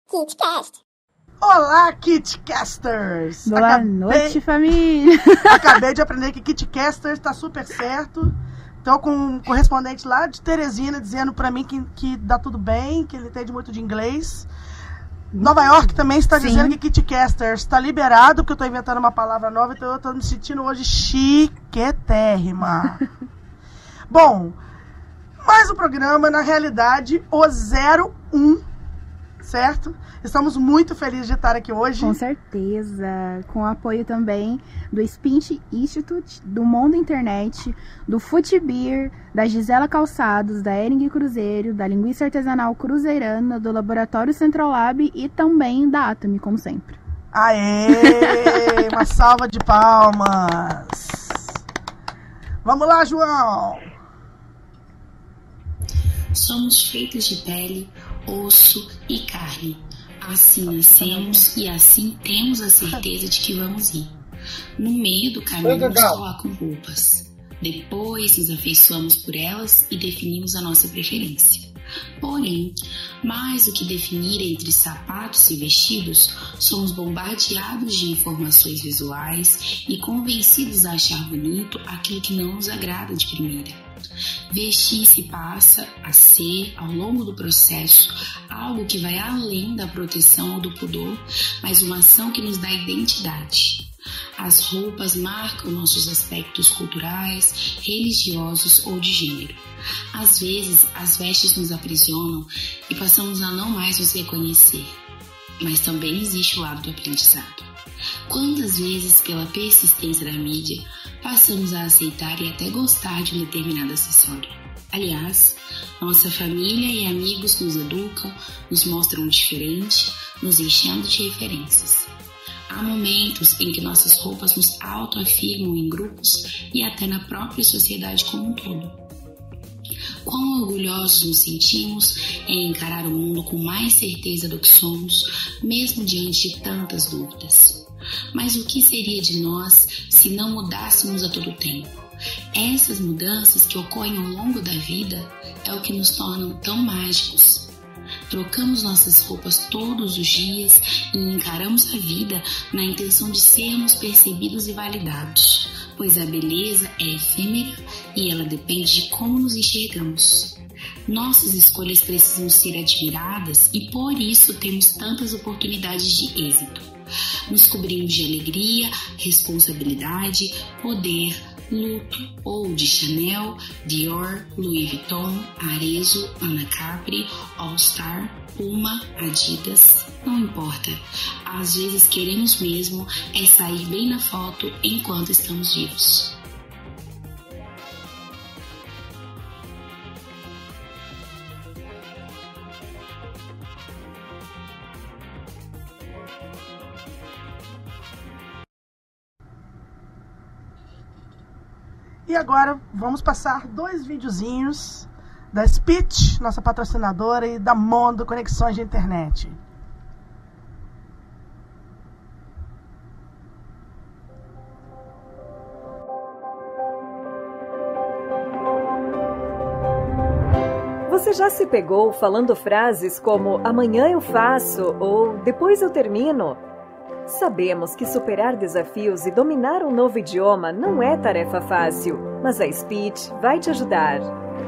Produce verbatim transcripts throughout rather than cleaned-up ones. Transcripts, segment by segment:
KitCast. Olá, KitCasters! Boa Acabei... noite, família! Acabei de aprender que KitCasters tá super certo. Tô com um correspondente lá de Teresina dizendo pra mim que, que dá tudo bem, que ele entende muito de inglês. Nova York também está Sim. dizendo que KitCasters está liberado, porque eu tô inventando uma palavra nova, então eu tô me sentindo hoje chiquetérrima. Bom, mais um programa, na realidade, o zero um, certo? Estamos muito felizes de estar aqui hoje. Com certeza, com o apoio também do Spint Institute, do Mundo Internet, do Futibir, da Gisela Calçados, da Ering Cruzeiro, da Linguiça Artesanal Cruzeirana, do Laboratório Central Lab e também da Atomy, como sempre. Aê! Uma salva de palmas! Vamos lá, João! Somos feitos de pele, osso e carne. Assim nascemos e assim temos a certeza de que vamos ir. No meio do caminho nos colocam roupas. Depois nos afeiçoamos por elas e definimos a nossa preferência. Porém, mais do que definir entre sapatos e vestidos, somos bombardeados de informações visuais e convencidos a achar bonito aquilo que não nos agrada de primeira. Vestir-se passa a ser, ao longo do processo, algo que vai além da proteção ou do pudor, mas uma ação que nos dá identidade. As roupas marcam nossos aspectos culturais, religiosos ou de gênero. Às vezes, as vestes nos aprisionam e passamos a não mais nos reconhecer. Mas também existe o lado do aprendizado. Quantas vezes, pela persistência da mídia, passamos a aceitar e até gostar de um determinado acessório? Aliás, nossa família e amigos nos educam, nos mostram o diferente, nos enchendo de referências. Há momentos em que nossas roupas nos autoafirmam em grupos e até na própria sociedade como um todo. Quão orgulhosos nos sentimos em encarar o mundo com mais certeza do que somos, mesmo diante de tantas dúvidas. Mas o que seria de nós se não mudássemos a todo tempo? Essas mudanças que ocorrem ao longo da vida é o que nos tornam tão mágicos. Trocamos nossas roupas todos os dias e encaramos a vida na intenção de sermos percebidos e validados, pois a beleza é efêmera e ela depende de como nos enxergamos. Nossas escolhas precisam ser admiradas e por isso temos tantas oportunidades de êxito. Nos cobrimos de alegria, responsabilidade, poder, luto ou de Chanel, Dior, Louis Vuitton, Arezzo, Ana Capri, All Star, Puma, Adidas, não importa. Às vezes queremos mesmo é sair bem na foto enquanto estamos vivos. E agora vamos passar dois videozinhos da Spit, nossa patrocinadora, e da Mondo Conexões de Internet. Você já se pegou falando frases como amanhã eu faço ou depois eu termino? Sabemos que superar desafios e dominar um novo idioma não é tarefa fácil, mas a Spit vai te ajudar.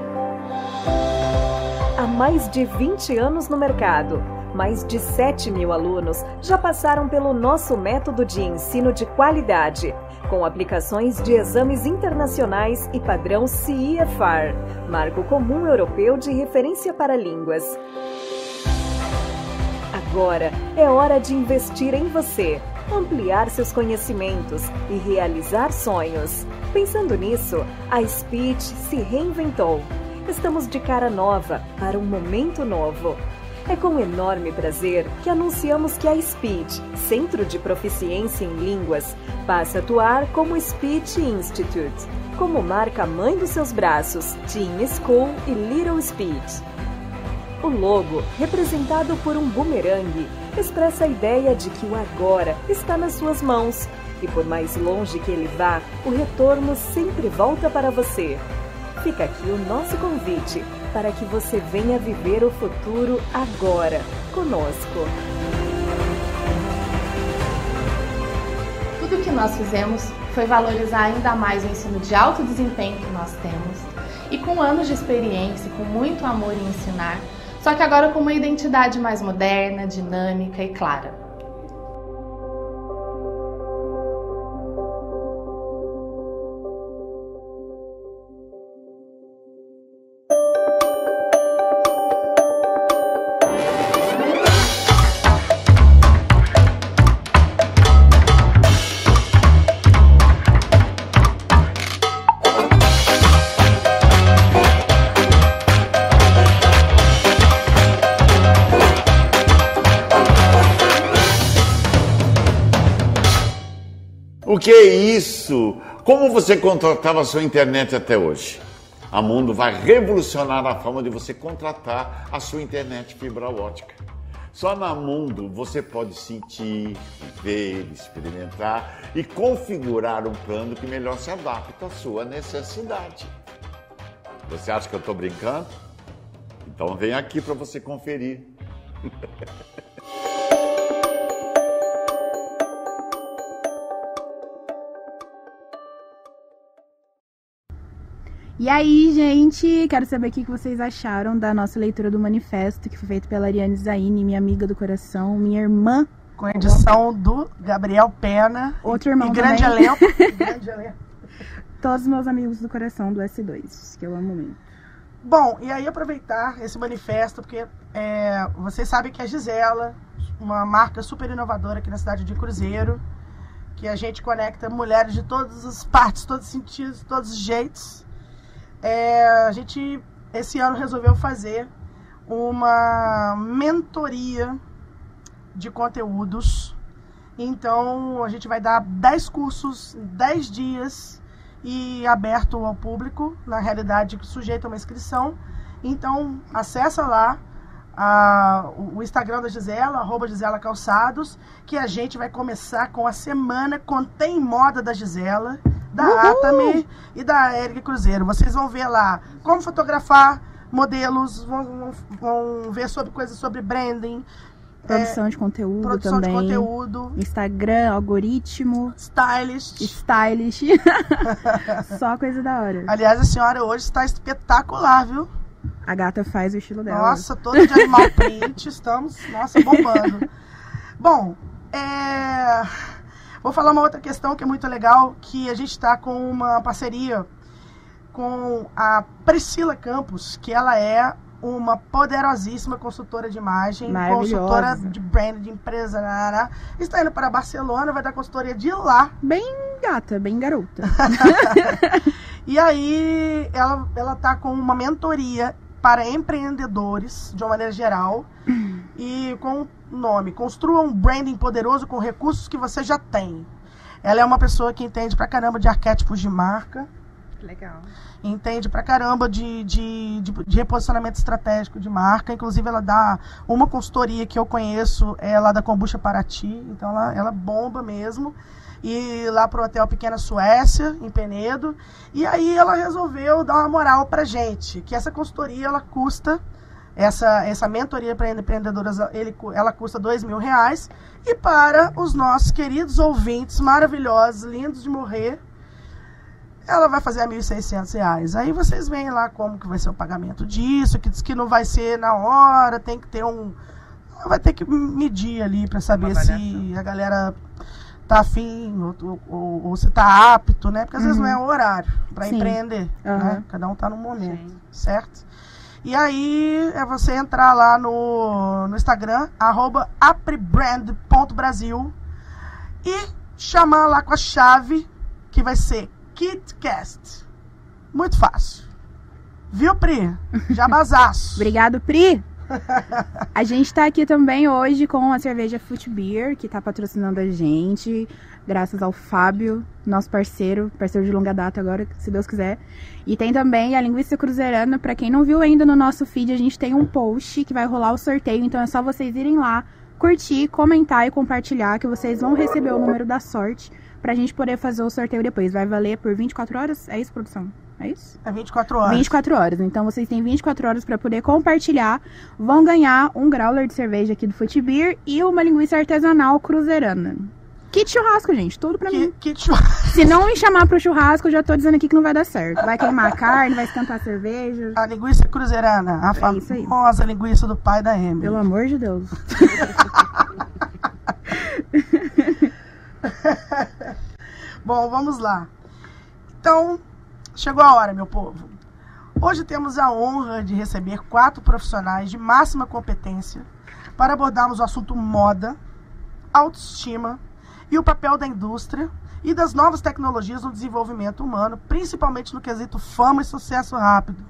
Há mais de vinte anos no mercado, mais de sete mil alunos já passaram pelo nosso método de ensino de qualidade, com aplicações de exames internacionais e padrão C I F R, Marco Comum Europeu de Referência para Línguas. Agora é hora de investir em você, ampliar seus conhecimentos e realizar sonhos. Pensando nisso, a Spit se reinventou. Estamos de cara nova para um momento novo. É com enorme prazer que anunciamos que a Spit, Centro de Proficiência em Línguas, passa a atuar como Spit Institute, como marca mãe dos seus braços, Teen School e Little Spit. O logo, representado por um bumerangue, expressa a ideia de que o agora está nas suas mãos e por mais longe que ele vá, o retorno sempre volta para você. Fica aqui o nosso convite para que você venha viver o futuro agora, conosco. Tudo que nós fizemos foi valorizar ainda mais o ensino de alto desempenho que nós temos, e com anos de experiência, com muito amor em ensinar, só que agora com uma identidade mais moderna, dinâmica e clara. O que é isso? Como você contratava a sua internet até hoje? A Mundo vai revolucionar a forma de você contratar a sua internet fibra ótica. Só na Mundo você pode sentir, ver, experimentar e configurar um plano que melhor se adapta à sua necessidade. Você acha que eu estou brincando? Então vem aqui para você conferir. E aí, gente, quero saber o que vocês acharam da nossa leitura do manifesto, que foi feito pela Ariane Zaini, minha amiga do coração, minha irmã. Com a edição do Gabriel Pena. Outro irmão e grande também. elenco. grande elenco. Todos os meus amigos do coração do S dois, que eu amo muito. Bom, e aí aproveitar esse manifesto, porque é, vocês sabem que a Gisela, uma marca super inovadora aqui na cidade de Cruzeiro, que a gente conecta mulheres de todas as partes, todos os sentidos, todos os jeitos. É, a gente, esse ano, resolveu fazer uma mentoria de conteúdos. Então, a gente vai dar dez cursos em dez dias e aberto ao público, na realidade, sujeito a uma inscrição. Então, acessa lá a, o Instagram da Gisela, arroba Gisela Calçados, que a gente vai começar com a semana Contém Moda da Gisela, da Uhul. Atami e da Érica Cruzeiro. Vocês vão ver lá como fotografar modelos, vão, vão, vão ver sobre coisas sobre branding, produção é, de conteúdo produção também, de conteúdo, Instagram, algoritmo, stylist, stylish, só coisa da hora. Aliás, a senhora hoje está espetacular, viu? A gata faz o estilo dela. Nossa, todo de animal print, estamos, nossa, bombando. Bom, é... vou falar uma outra questão que é muito legal, que a gente está com uma parceria com a Priscila Campos, que ela é uma poderosíssima consultora de imagem, consultora de brand, de empresa, nará. Está indo para Barcelona, vai dar consultoria de lá. Bem gata, bem garota. E aí, ela, ela tá com uma mentoria para empreendedores, de uma maneira geral, e com o nome, Construa um Branding Poderoso com Recursos que Você Já Tem. Ela é uma pessoa que entende pra caramba de arquétipos de marca. Legal. Entende pra caramba de, de, de, de reposicionamento estratégico de marca. Inclusive, ela dá uma consultoria que eu conheço, é lá da Kombucha Paraty. Então, ela, ela bomba mesmo. E lá pro Hotel Pequena Suécia, em Penedo. E aí, ela resolveu dar uma moral pra gente. Que essa consultoria, ela custa... Essa, essa mentoria para empreendedoras, ele, ela custa dois mil reais. E para os nossos queridos ouvintes maravilhosos, lindos de morrer, ela vai fazer a mil e seiscentos reais. Aí vocês veem lá como que vai ser o pagamento disso, que diz que não vai ser na hora, tem que ter um... Vai ter que medir ali para saber se a galera tá afim ou, ou, ou se tá apto, né? Porque às uhum. vezes não é o horário para empreender, uhum. né? Cada um tá num momento, Sim. certo? E aí é você entrar lá no, no Instagram, arroba aprebrand ponto brasil, e chamar lá com a chave que vai ser KitCast. Muito fácil. Viu, Pri? Jabazaço. Obrigado, Pri. A gente tá aqui também hoje com a cerveja Foot Beer, que tá patrocinando a gente, graças ao Fábio, nosso parceiro, parceiro de longa data agora, se Deus quiser. E tem também a linguiça cruzeirana. Pra quem não viu ainda no nosso feed, a gente tem um post que vai rolar o sorteio, então é só vocês irem lá, curtir, comentar e compartilhar, que vocês vão receber o número da sorte pra gente poder fazer o sorteio depois. Vai valer por vinte e quatro horas? É isso, produção? É isso? É vinte e quatro horas. vinte e quatro horas. Então vocês têm vinte e quatro horas para poder compartilhar. Vão ganhar um growler de cerveja aqui do Futibir e uma linguiça artesanal cruzeirana. Kit churrasco, gente. Tudo pra Que, mim. kit churrasco. Se não me chamar pro churrasco, eu já tô dizendo aqui que não vai dar certo. Vai queimar a carne, vai esquentar a cerveja. A linguiça cruzeirana. A É isso aí. famosa linguiça do pai da Emily. Pelo amor de Deus. Bom, vamos lá. Então, chegou a hora, meu povo. Hoje temos a honra de receber quatro profissionais de máxima competência para abordarmos o assunto moda, autoestima e o papel da indústria e das novas tecnologias no desenvolvimento humano, principalmente no quesito fama e sucesso rápido.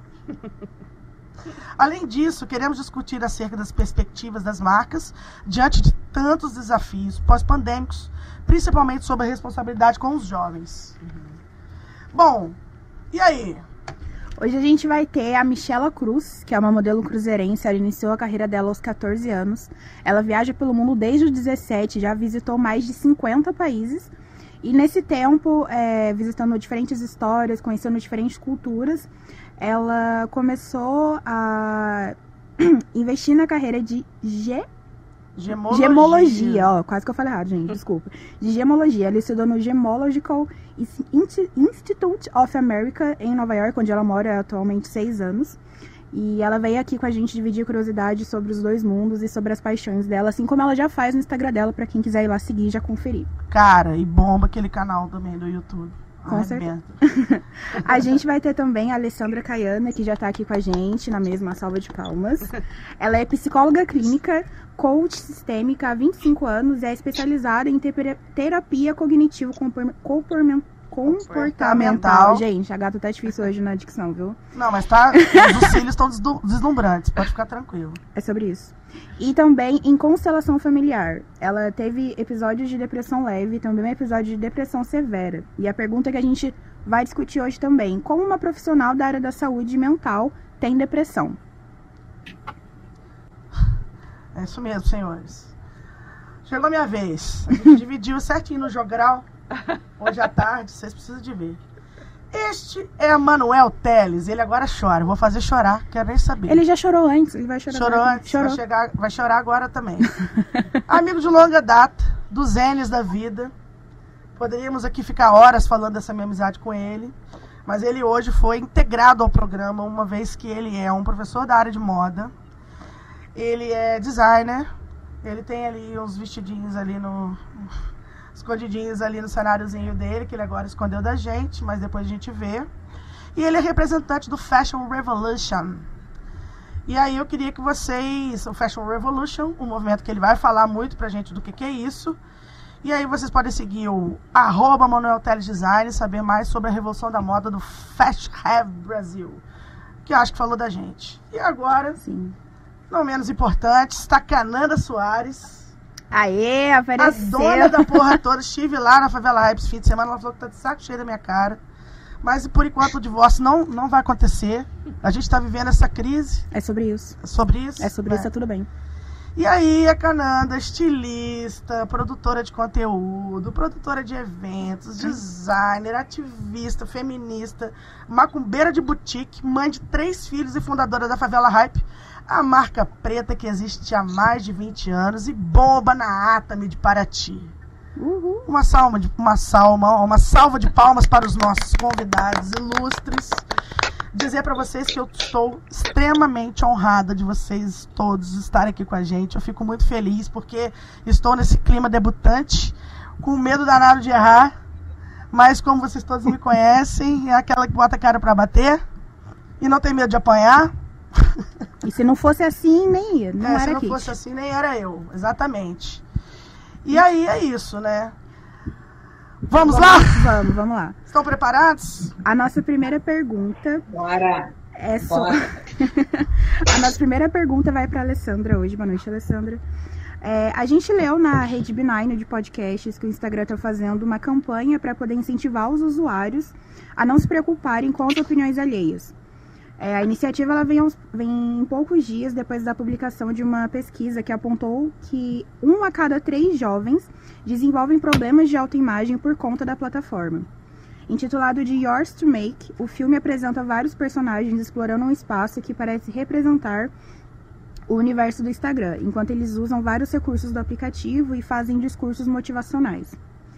Além disso, queremos discutir acerca das perspectivas das marcas diante de tantos desafios pós-pandêmicos, principalmente sobre a responsabilidade com os jovens. Bom, e aí? Hoje a gente vai ter a Michela Cruz, que é uma modelo cruzeirense. Ela iniciou a carreira dela aos catorze anos. Ela viaja pelo mundo desde os dezessete, já visitou mais de cinquenta países. E nesse tempo, é, visitando diferentes histórias, conhecendo diferentes culturas, ela começou a investir na carreira de G... Gemologia. Gemologia, ó, quase que eu falei errado, gente, desculpa. De gemologia, ela estudou no Gemological Institute of America em Nova York, onde ela mora há atualmente seis anos. E ela veio aqui com a gente dividir curiosidades sobre os dois mundos e sobre as paixões dela, assim como ela já faz no Instagram dela, pra quem quiser ir lá seguir e já conferir. Cara, e bomba aquele canal também do YouTube. Com certeza. A gente vai ter também a Alessandra Caiana, que já tá aqui com a gente, na mesma salva de palmas. Ela é psicóloga clínica, coach sistêmica há vinte e cinco anos e é especializada em terapia cognitivo-comportamental. Comportamental. Gente, a gata tá difícil hoje na dicção, viu? Não, mas tá. Os cílios estão deslumbrantes, pode ficar tranquilo. É sobre isso. E também em constelação familiar. Ela teve episódios de depressão leve e também um episódio de depressão severa. E a pergunta que a gente vai discutir hoje também: como uma profissional da área da saúde mental tem depressão? É isso mesmo, senhores. Chegou a minha vez. A gente dividiu certinho no jogral. Hoje à tarde, vocês precisam de ver. Este é Manuel Teles. Ele agora chora. Vou fazer chorar, quero nem saber. Ele já chorou antes, ele vai chorar Chorou agora. antes, Chorou. Vai, chegar, vai chorar agora também. Amigo de longa data, dos N's da vida. Poderíamos aqui ficar horas falando dessa minha amizade com ele. Mas ele hoje foi integrado ao programa, uma vez que ele é um professor da área de moda. Ele é designer. Ele tem ali uns vestidinhos ali no... escondidinhos ali no cenáriozinho dele, que ele agora escondeu da gente, mas depois a gente vê. E ele é representante do Fashion Revolution. E aí eu queria que vocês... O Fashion Revolution, um movimento que ele vai falar muito pra gente do que, que é isso. E aí vocês podem seguir o arroba Manuel Teles Design e saber mais sobre a revolução da moda do Fashion Have Brasil, que eu acho que falou da gente. E agora, sim, não menos importante, está Cananda Soares. Aê, apareceu. A dona da porra toda. Estive lá na Favela Hype esse fim de semana. Ela falou que tá de saco cheio da minha cara. Mas por enquanto o divórcio não, não vai acontecer. A gente tá vivendo essa crise. É sobre isso. É sobre isso? É sobre é. isso, tá tudo bem. E aí a Cananda, estilista, produtora de conteúdo, produtora de eventos, designer, ativista, feminista, macumbeira de boutique, mãe de três filhos e fundadora da Favela Hype, a marca preta que existe há mais de vinte anos e bomba na Atami de Paraty. Uhul. Uma salva de uma salva, uma salva de palmas para os nossos convidados ilustres. Dizer para vocês que eu estou extremamente honrada de vocês todos estarem aqui com a gente. Eu fico muito feliz porque estou nesse clima debutante, com medo danado de errar, mas como vocês todos me conhecem, é aquela que bota a cara para bater e não tem medo de apanhar. E se não fosse assim, nem ia. Não é, era se não aqui. fosse assim, nem era eu. Exatamente. E aí é isso, né? Vamos, vamos lá? Vamos, vamos lá. Estão preparados? A nossa primeira pergunta... Bora! É só... A nossa primeira pergunta vai para a Alessandra hoje. Boa noite, Alessandra. É, a gente leu na Rede B nove de podcasts que o Instagram está fazendo uma campanha para poder incentivar os usuários a não se preocuparem com as opiniões alheias. É, a iniciativa ela vem, aos, vem em poucos dias depois da publicação de uma pesquisa que apontou que um a cada três jovens desenvolvem problemas de autoimagem por conta da plataforma. Intitulado de Yours to Make, o filme apresenta vários personagens explorando um espaço que parece representar o universo do Instagram, enquanto eles usam vários recursos do aplicativo e fazem discursos motivacionais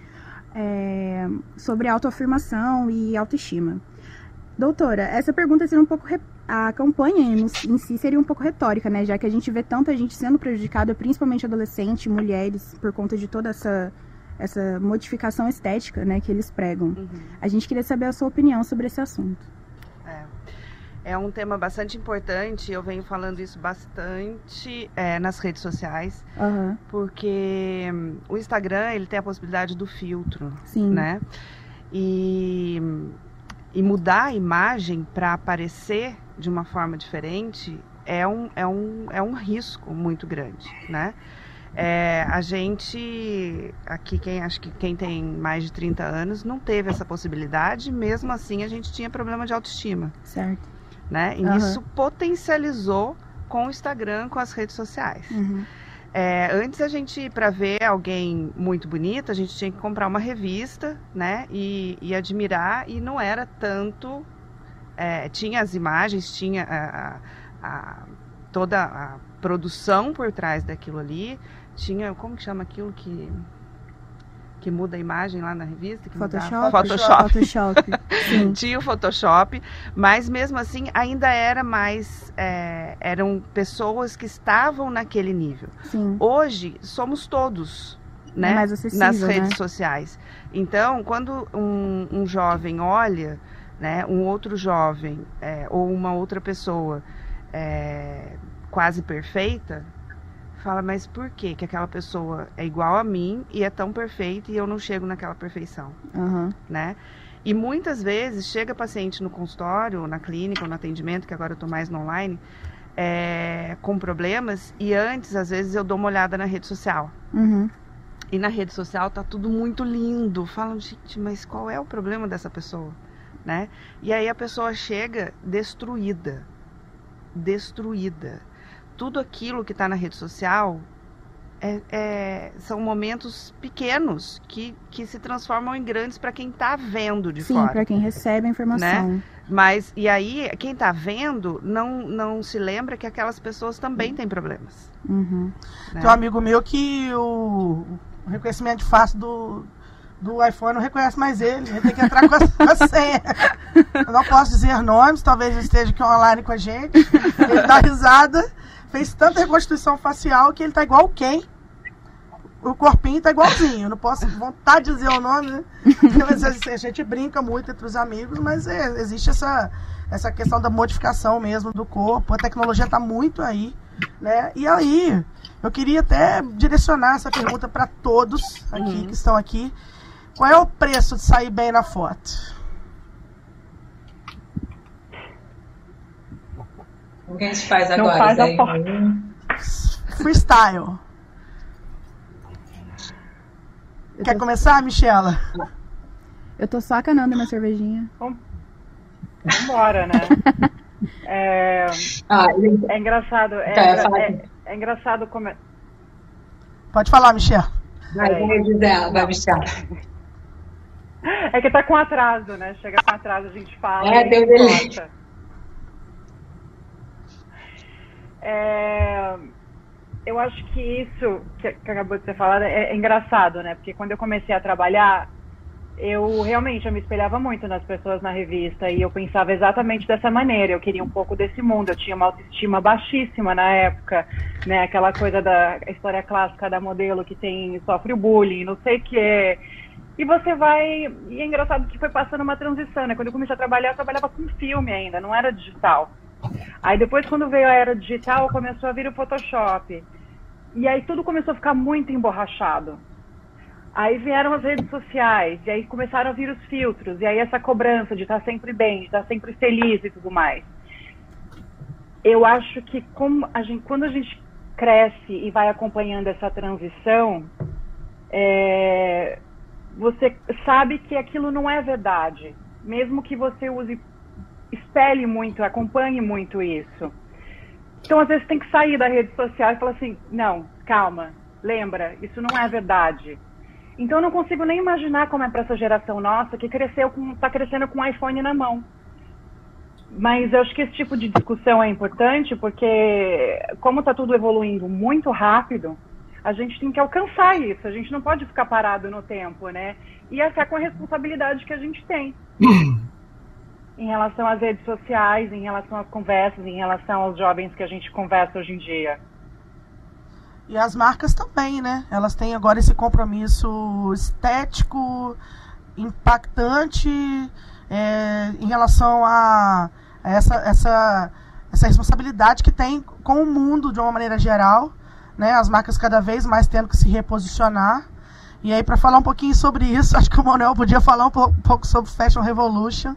é, sobre autoafirmação e autoestima. Doutora, essa pergunta seria um pouco... A campanha em si seria um pouco retórica, né? Já que a gente vê tanta gente sendo prejudicada, principalmente adolescentes, mulheres, por conta de toda essa, essa modificação estética, né, que eles pregam. Uhum. A gente queria saber a sua opinião sobre esse assunto. É, é um tema bastante importante, eu venho falando isso bastante é, nas redes sociais, uhum. porque o Instagram, ele tem a possibilidade do filtro, Sim. né? E... E mudar a imagem para aparecer de uma forma diferente é um, é um, é um risco muito grande, né? É, a gente, aqui, quem, acho que quem tem mais de trinta anos não teve essa possibilidade, mesmo assim a gente tinha problema de autoestima. Certo. Né? E uhum. isso potencializou com o Instagram, com as redes sociais. Uhum. É, antes a gente, para ver alguém muito bonito, a gente tinha que comprar uma revista, né, e, e admirar, e não era tanto, é, tinha as imagens, tinha a, a, toda a produção por trás daquilo ali, tinha, como que chama aquilo que, que muda a imagem lá na revista? Que Photoshop. Photoshop. Photoshop. Tinha o Photoshop, mas mesmo assim ainda era mais, é, eram pessoas que estavam naquele nível. Sim. Hoje somos todos, né, é mais acessível, nas redes né? sociais. Então, quando um, um jovem olha, né, um outro jovem é, ou uma outra pessoa é, quase perfeita, fala, mas por que que aquela pessoa é igual a mim e é tão perfeita e eu não chego naquela perfeição, uhum. né? E muitas vezes chega paciente no consultório, na clínica ou no atendimento, que agora eu estou mais no online, é, com problemas, e antes, às vezes, eu dou uma olhada na rede social. Uhum. E na rede social tá tudo muito lindo. Falam, gente, mas qual é o problema dessa pessoa, né? E aí a pessoa chega destruída, destruída. Tudo aquilo que está na rede social é, é, são momentos pequenos que, que se transformam em grandes para quem está vendo de Sim, fora. Sim, para quem recebe a informação. Né? Mas, e aí, quem está vendo não, não se lembra que aquelas pessoas também têm problemas. Uhum. Né? Tem um amigo meu que o, o reconhecimento de face do, do iPhone não reconhece mais ele. Ele tem que entrar com a, com a senha. Eu não posso dizer nomes, talvez ele esteja aqui online com a gente. Ele dá risada. Fez tanta reconstituição facial que ele tá igual quem? O corpinho tá igualzinho. Eu não posso vontade de dizer o nome, né? Mas, assim, a gente brinca muito entre os amigos, mas é, existe essa, essa questão da modificação mesmo do corpo. A tecnologia tá muito aí, né? E aí, eu queria até direcionar essa pergunta para todos aqui uhum. que estão aqui. Qual é o preço de sair bem na foto? O que a gente faz agora? Não faz a Freestyle. Eu Quer tô... começar, Michela? Eu tô só acanando minha cervejinha. Vamos embora, né? é... Ah, é engraçado. É, tá, é, é, é engraçado como. É... Pode falar, Michela. Vai, vai, Gisela, vai, Michela. É que tá com atraso, né? Chega com atraso, a gente fala. É, deu delay. É, eu acho que isso que, que acabou de ser falado é, é engraçado, né? Porque quando eu comecei a trabalhar, eu realmente eu me espelhava muito nas pessoas na revista e eu pensava exatamente dessa maneira. Eu queria um pouco desse mundo. Eu tinha uma autoestima baixíssima na época, né? Aquela coisa da história clássica da modelo que tem sofre o bullying, não sei o que. E você vai... E é engraçado que foi passando uma transição, né? Quando eu comecei a trabalhar, eu trabalhava com filme ainda, não era digital. Aí depois, quando veio a era digital, começou a vir o Photoshop. E aí tudo começou a ficar muito emborrachado. Aí vieram as redes sociais, e aí começaram a vir os filtros, e aí essa cobrança de estar sempre bem, de estar sempre feliz e tudo mais. Eu acho que como a gente, quando a gente cresce e vai acompanhando essa transição, é, você sabe que aquilo não é verdade. Mesmo que você use... espelhe muito, acompanhe muito isso. Então, às vezes, tem que sair da rede social e falar assim, não, calma, lembra, isso não é verdade. Então eu não consigo nem imaginar como é para essa geração nossa que cresceu com, tá crescendo com um iPhone na mão. Mas eu acho que esse tipo de discussão é importante porque, como está tudo evoluindo muito rápido, a gente tem que alcançar isso. A gente não pode ficar parado no tempo, né? E essa é com a responsabilidade que a gente tem em relação às redes sociais, em relação às conversas, em relação aos jovens que a gente conversa hoje em dia. E as marcas também, né? Elas têm agora esse compromisso estético, impactante, é, em relação a essa, essa, essa responsabilidade que tem com o mundo de uma maneira geral, né? As marcas cada vez mais tendo que se reposicionar. E aí, para falar um pouquinho sobre isso, acho que o Manuel podia falar um pouco sobre Fashion Revolution,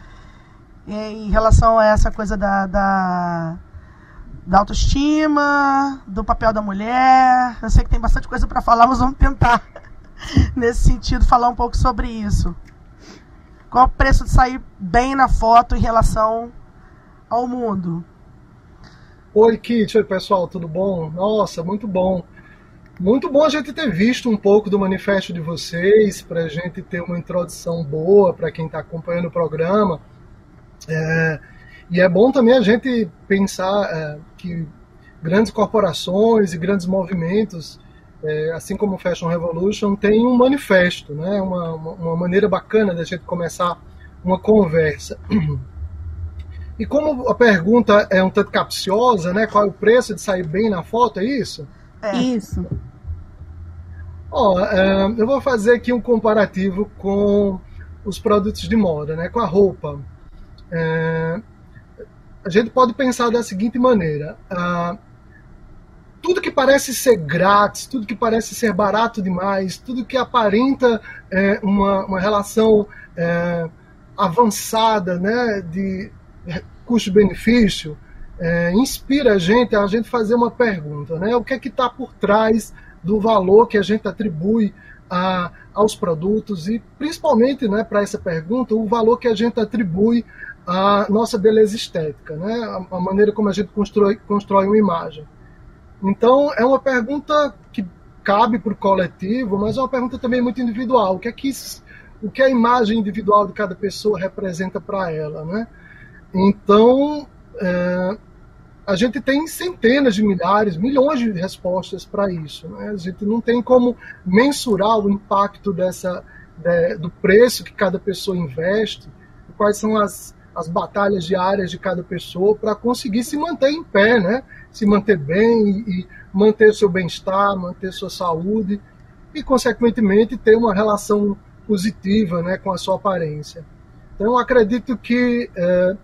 em relação a essa coisa da, da, da autoestima, do papel da mulher. Eu sei que tem bastante coisa para falar, mas vamos tentar, nesse sentido, falar um pouco sobre isso. Qual o preço de sair bem na foto em relação ao mundo? Oi, Kit. Oi, pessoal. Tudo bom? Nossa, muito bom. Muito bom a gente ter visto um pouco do manifesto de vocês, para a gente ter uma introdução boa para quem está acompanhando o programa. É, e é bom também a gente pensar é, que grandes corporações e grandes movimentos, é, assim como o Fashion Revolution, tem um manifesto, né? uma, uma maneira bacana da gente começar uma conversa. E como a pergunta é um tanto capciosa, né? Qual é o preço de sair bem na foto, é isso? É. Isso. Ó, é, eu vou fazer aqui um comparativo com os produtos de moda, né? Com a roupa. É, a gente pode pensar da seguinte maneira: ah, tudo que parece ser grátis, tudo que parece ser barato demais, tudo que aparenta é, uma, uma relação é, avançada, né, de custo-benefício, é, inspira a gente a gente fazer uma pergunta, né? O que é que está por trás do valor que a gente atribui a, aos produtos e, principalmente, né, para essa pergunta, o valor que a gente atribui à nossa beleza estética, né? A, a maneira como a gente constrói, constrói uma imagem. Então, é uma pergunta que cabe para o coletivo, mas é uma pergunta também muito individual. O que é que, isso, o que a imagem individual de cada pessoa representa para ela, né? Então, é, a gente tem centenas de milhares, milhões de respostas para isso, né? A gente não tem como mensurar o impacto dessa, de, do preço que cada pessoa investe, quais são as, as batalhas diárias de cada pessoa para conseguir se manter em pé, né? Se manter bem e, e manter seu bem-estar, manter sua saúde e, consequentemente, ter uma relação positiva, né, com a sua aparência. Então, eu acredito que é,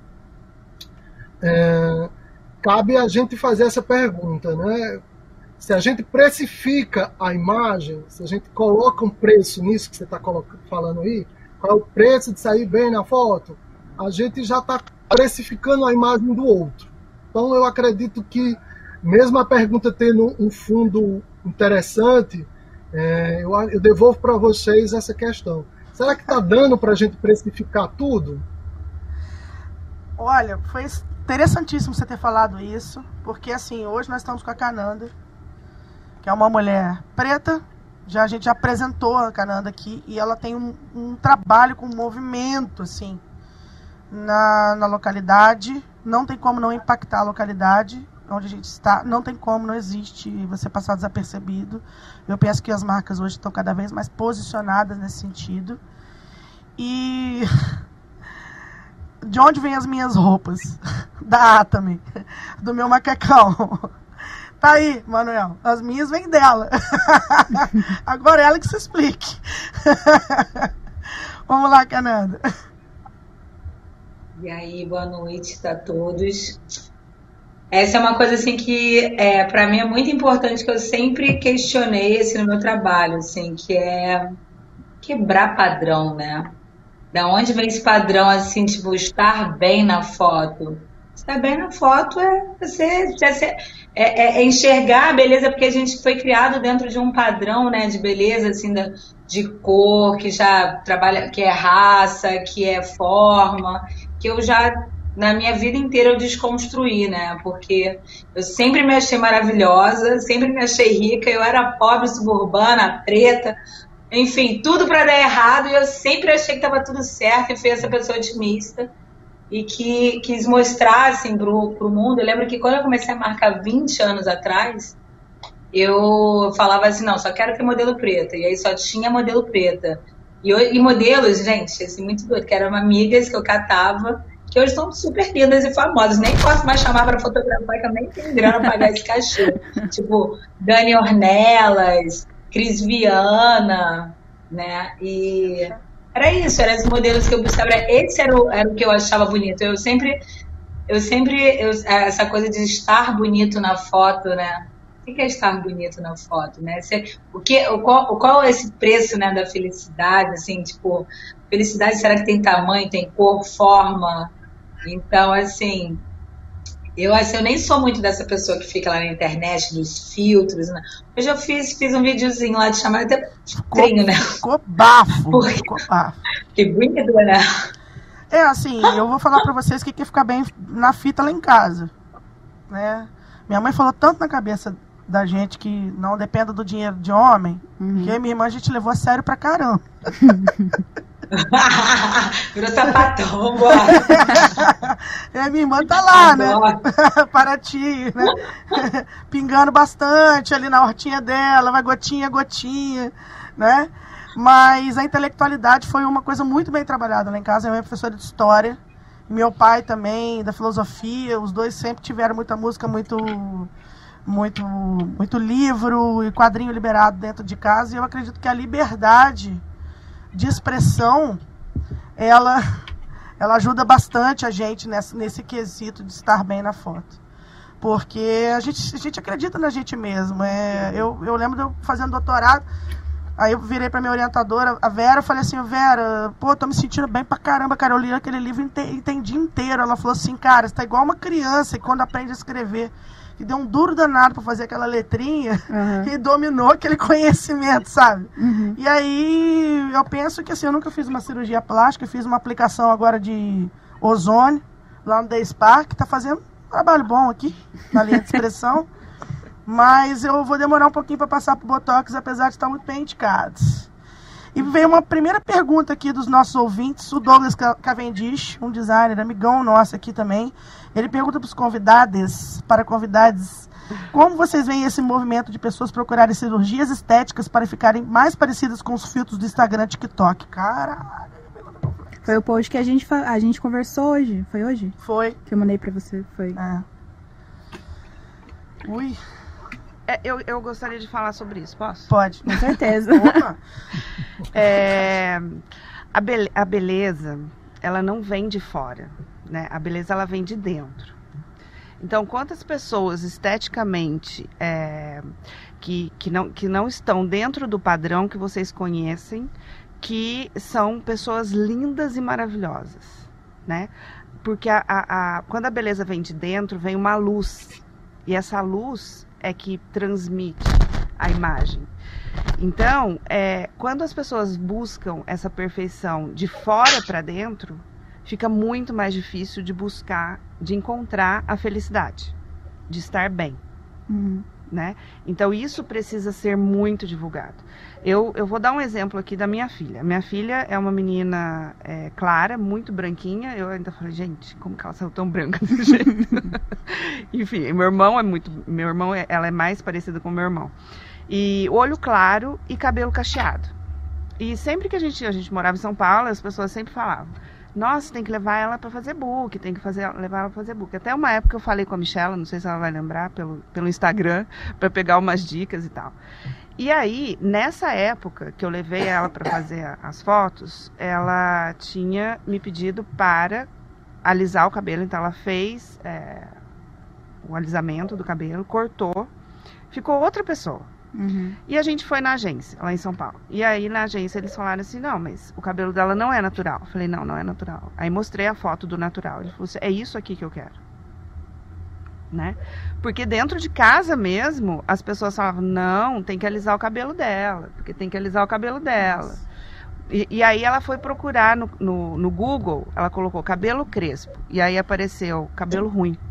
é, cabe a gente fazer essa pergunta, né? Se a gente precifica a imagem, se a gente coloca um preço nisso que você está falando aí, qual é o preço de sair bem na foto, a gente já está precificando a imagem do outro. Então, eu acredito que, mesmo a pergunta tendo um fundo interessante, é, eu, eu devolvo para vocês essa questão. Será que está dando para a gente precificar tudo? Olha, foi interessantíssimo você ter falado isso, porque, assim, hoje nós estamos com a Cananda, que é uma mulher preta. Já, a gente já apresentou a Cananda aqui, e ela tem um, um trabalho com movimento, assim, na, na localidade. Não tem como não impactar a localidade onde a gente está, não tem como, não existe você passar desapercebido. Eu penso que as marcas hoje estão cada vez mais posicionadas nesse sentido. E de onde vêm as minhas roupas? Da Atami, do meu macacão. Tá aí, Manuel, as minhas vêm dela. Agora ela que se explique. Vamos lá, Cananda. E aí, boa noite a todos. Essa é uma coisa assim que é, para mim é muito importante, que eu sempre questionei assim, no meu trabalho, assim, que é quebrar padrão, né? Da onde vem esse padrão, assim, tipo, estar bem na foto? Estar bem na foto é você é, é, é enxergar a beleza, porque a gente foi criado dentro de um padrão, né, de beleza, assim, da, de cor, que já trabalha, que é raça, que é forma, que eu já, na minha vida inteira, eu desconstruí, né? Porque eu sempre me achei maravilhosa, sempre me achei rica, eu era pobre, suburbana, preta, enfim, tudo para dar errado, e eu sempre achei que estava tudo certo, e fui essa pessoa otimista, e que quis mostrar, assim, pro, pro mundo. Eu lembro que quando eu comecei a marcar vinte anos atrás, eu falava assim, não, só quero ter modelo preta, e aí só tinha modelo preta. E, eu, e modelos, gente, assim, muito doido, que eram amigas que eu catava, que hoje são super lindas e famosas. Nem posso mais chamar para fotografar, que eu nem tenho grana para pagar esse cachê. Tipo, Dani Ornelas, Cris Viana, né? E era isso, eram os modelos que eu buscava. Esse era o, era o que eu achava bonito. Eu sempre, eu sempre, eu, essa coisa de estar bonito na foto, né? O que é estar bonito na foto, né? Você, o que, o, qual, qual é esse preço, né, da felicidade, assim, tipo, felicidade, será que tem tamanho, tem cor, forma? Então, assim, eu, assim, eu nem sou muito dessa pessoa que fica lá na internet, dos filtros, né? Hoje eu fiz, fiz um videozinho lá de chamar até trinho, né? Ficou bafo, Porque... ficou bafo. Que bonito, né? É, assim, eu vou falar pra vocês que quer ficar bem na fita lá em casa, né? Minha mãe falou tanto na cabeça da gente que não dependa do dinheiro de homem, uhum. que minha irmã a gente levou a sério pra caramba. Virou sapatão, bora. É, minha irmã tá lá, né? Paraty, né? Pingando bastante ali na hortinha dela, vai gotinha, gotinha, né? Mas a intelectualidade foi uma coisa muito bem trabalhada lá em casa. Minha mãe é professora de história, e meu pai também, da filosofia. Os dois sempre tiveram muita música, muito... Muito, muito livro e quadrinho liberado dentro de casa, e eu acredito que a liberdade de expressão ela, ela ajuda bastante a gente nesse, nesse quesito de estar bem na foto, porque a gente, a gente acredita na gente mesmo. É, eu, eu lembro de eu fazendo doutorado, aí eu virei pra minha orientadora, a Vera, eu falei assim, Vera, pô, tô me sentindo bem pra caramba, cara, eu li aquele livro e entendi inteiro. Ela falou assim, cara, você tá igual uma criança que quando aprende a escrever, que deu um duro danado para fazer aquela letrinha, uhum. e dominou aquele conhecimento, sabe? Uhum. E aí eu penso que assim, eu nunca fiz uma cirurgia plástica, fiz uma aplicação agora de ozônio, lá no The Spa, que tá fazendo um trabalho bom aqui, na linha de expressão, mas eu vou demorar um pouquinho para passar pro Botox, apesar de estar muito bem indicados. E veio uma primeira pergunta aqui dos nossos ouvintes, o Douglas Cavendish, um designer, amigão nosso aqui também. Ele pergunta para os convidados, para convidados, como vocês veem esse movimento de pessoas procurarem cirurgias estéticas para ficarem mais parecidas com os filtros do Instagram e TikTok? Caralho. Foi o post que a gente, a gente conversou hoje. Foi hoje? Foi. Que eu mandei para você, foi. É. Ui. É, eu, eu gostaria de falar sobre isso, posso? Pode. Com certeza. é, a, be a beleza, ela não vem de fora, né? A beleza, ela vem de dentro. Então, quantas pessoas esteticamente é, que, que, não, que não estão dentro do padrão que vocês conhecem, que são pessoas lindas e maravilhosas, né? Porque a, a, a, quando a beleza vem de dentro, vem uma luz. E essa luz é que transmite a imagem. Então, é, quando as pessoas buscam essa perfeição de fora para dentro, fica muito mais difícil de buscar, de encontrar a felicidade, de estar bem. Uhum. Né? Então, isso precisa ser muito divulgado. Eu, eu vou dar um exemplo aqui da minha filha. Minha filha é uma menina é, clara, muito branquinha. Eu ainda falei, gente, como que ela saiu tão branca desse jeito? Enfim, meu irmão é muito... Meu irmão, é, ela é mais parecida com meu irmão. E olho claro e cabelo cacheado. E sempre que a gente, a gente morava em São Paulo, as pessoas sempre falavam, nossa, tem que levar ela para fazer book, tem que fazer, levar ela para fazer book. Até uma época eu falei com a Michela, não sei se ela vai lembrar, pelo, pelo Instagram, para pegar umas dicas e tal. E aí, nessa época que eu levei ela para fazer as fotos, ela tinha me pedido para alisar o cabelo, então ela fez é, o alisamento do cabelo, cortou, ficou outra pessoa. Uhum. E a gente foi na agência, lá em São Paulo. E aí na agência eles falaram assim, não, mas o cabelo dela não é natural. Eu falei, não, não é natural. Aí mostrei a foto do natural. Ele falou assim, é isso aqui que eu quero. Né? Porque dentro de casa mesmo, as pessoas falavam, não, tem que alisar o cabelo dela, porque tem que alisar o cabelo dela. E, e aí ela foi procurar no, no, no Google, ela colocou cabelo crespo. E aí apareceu cabelo ruim.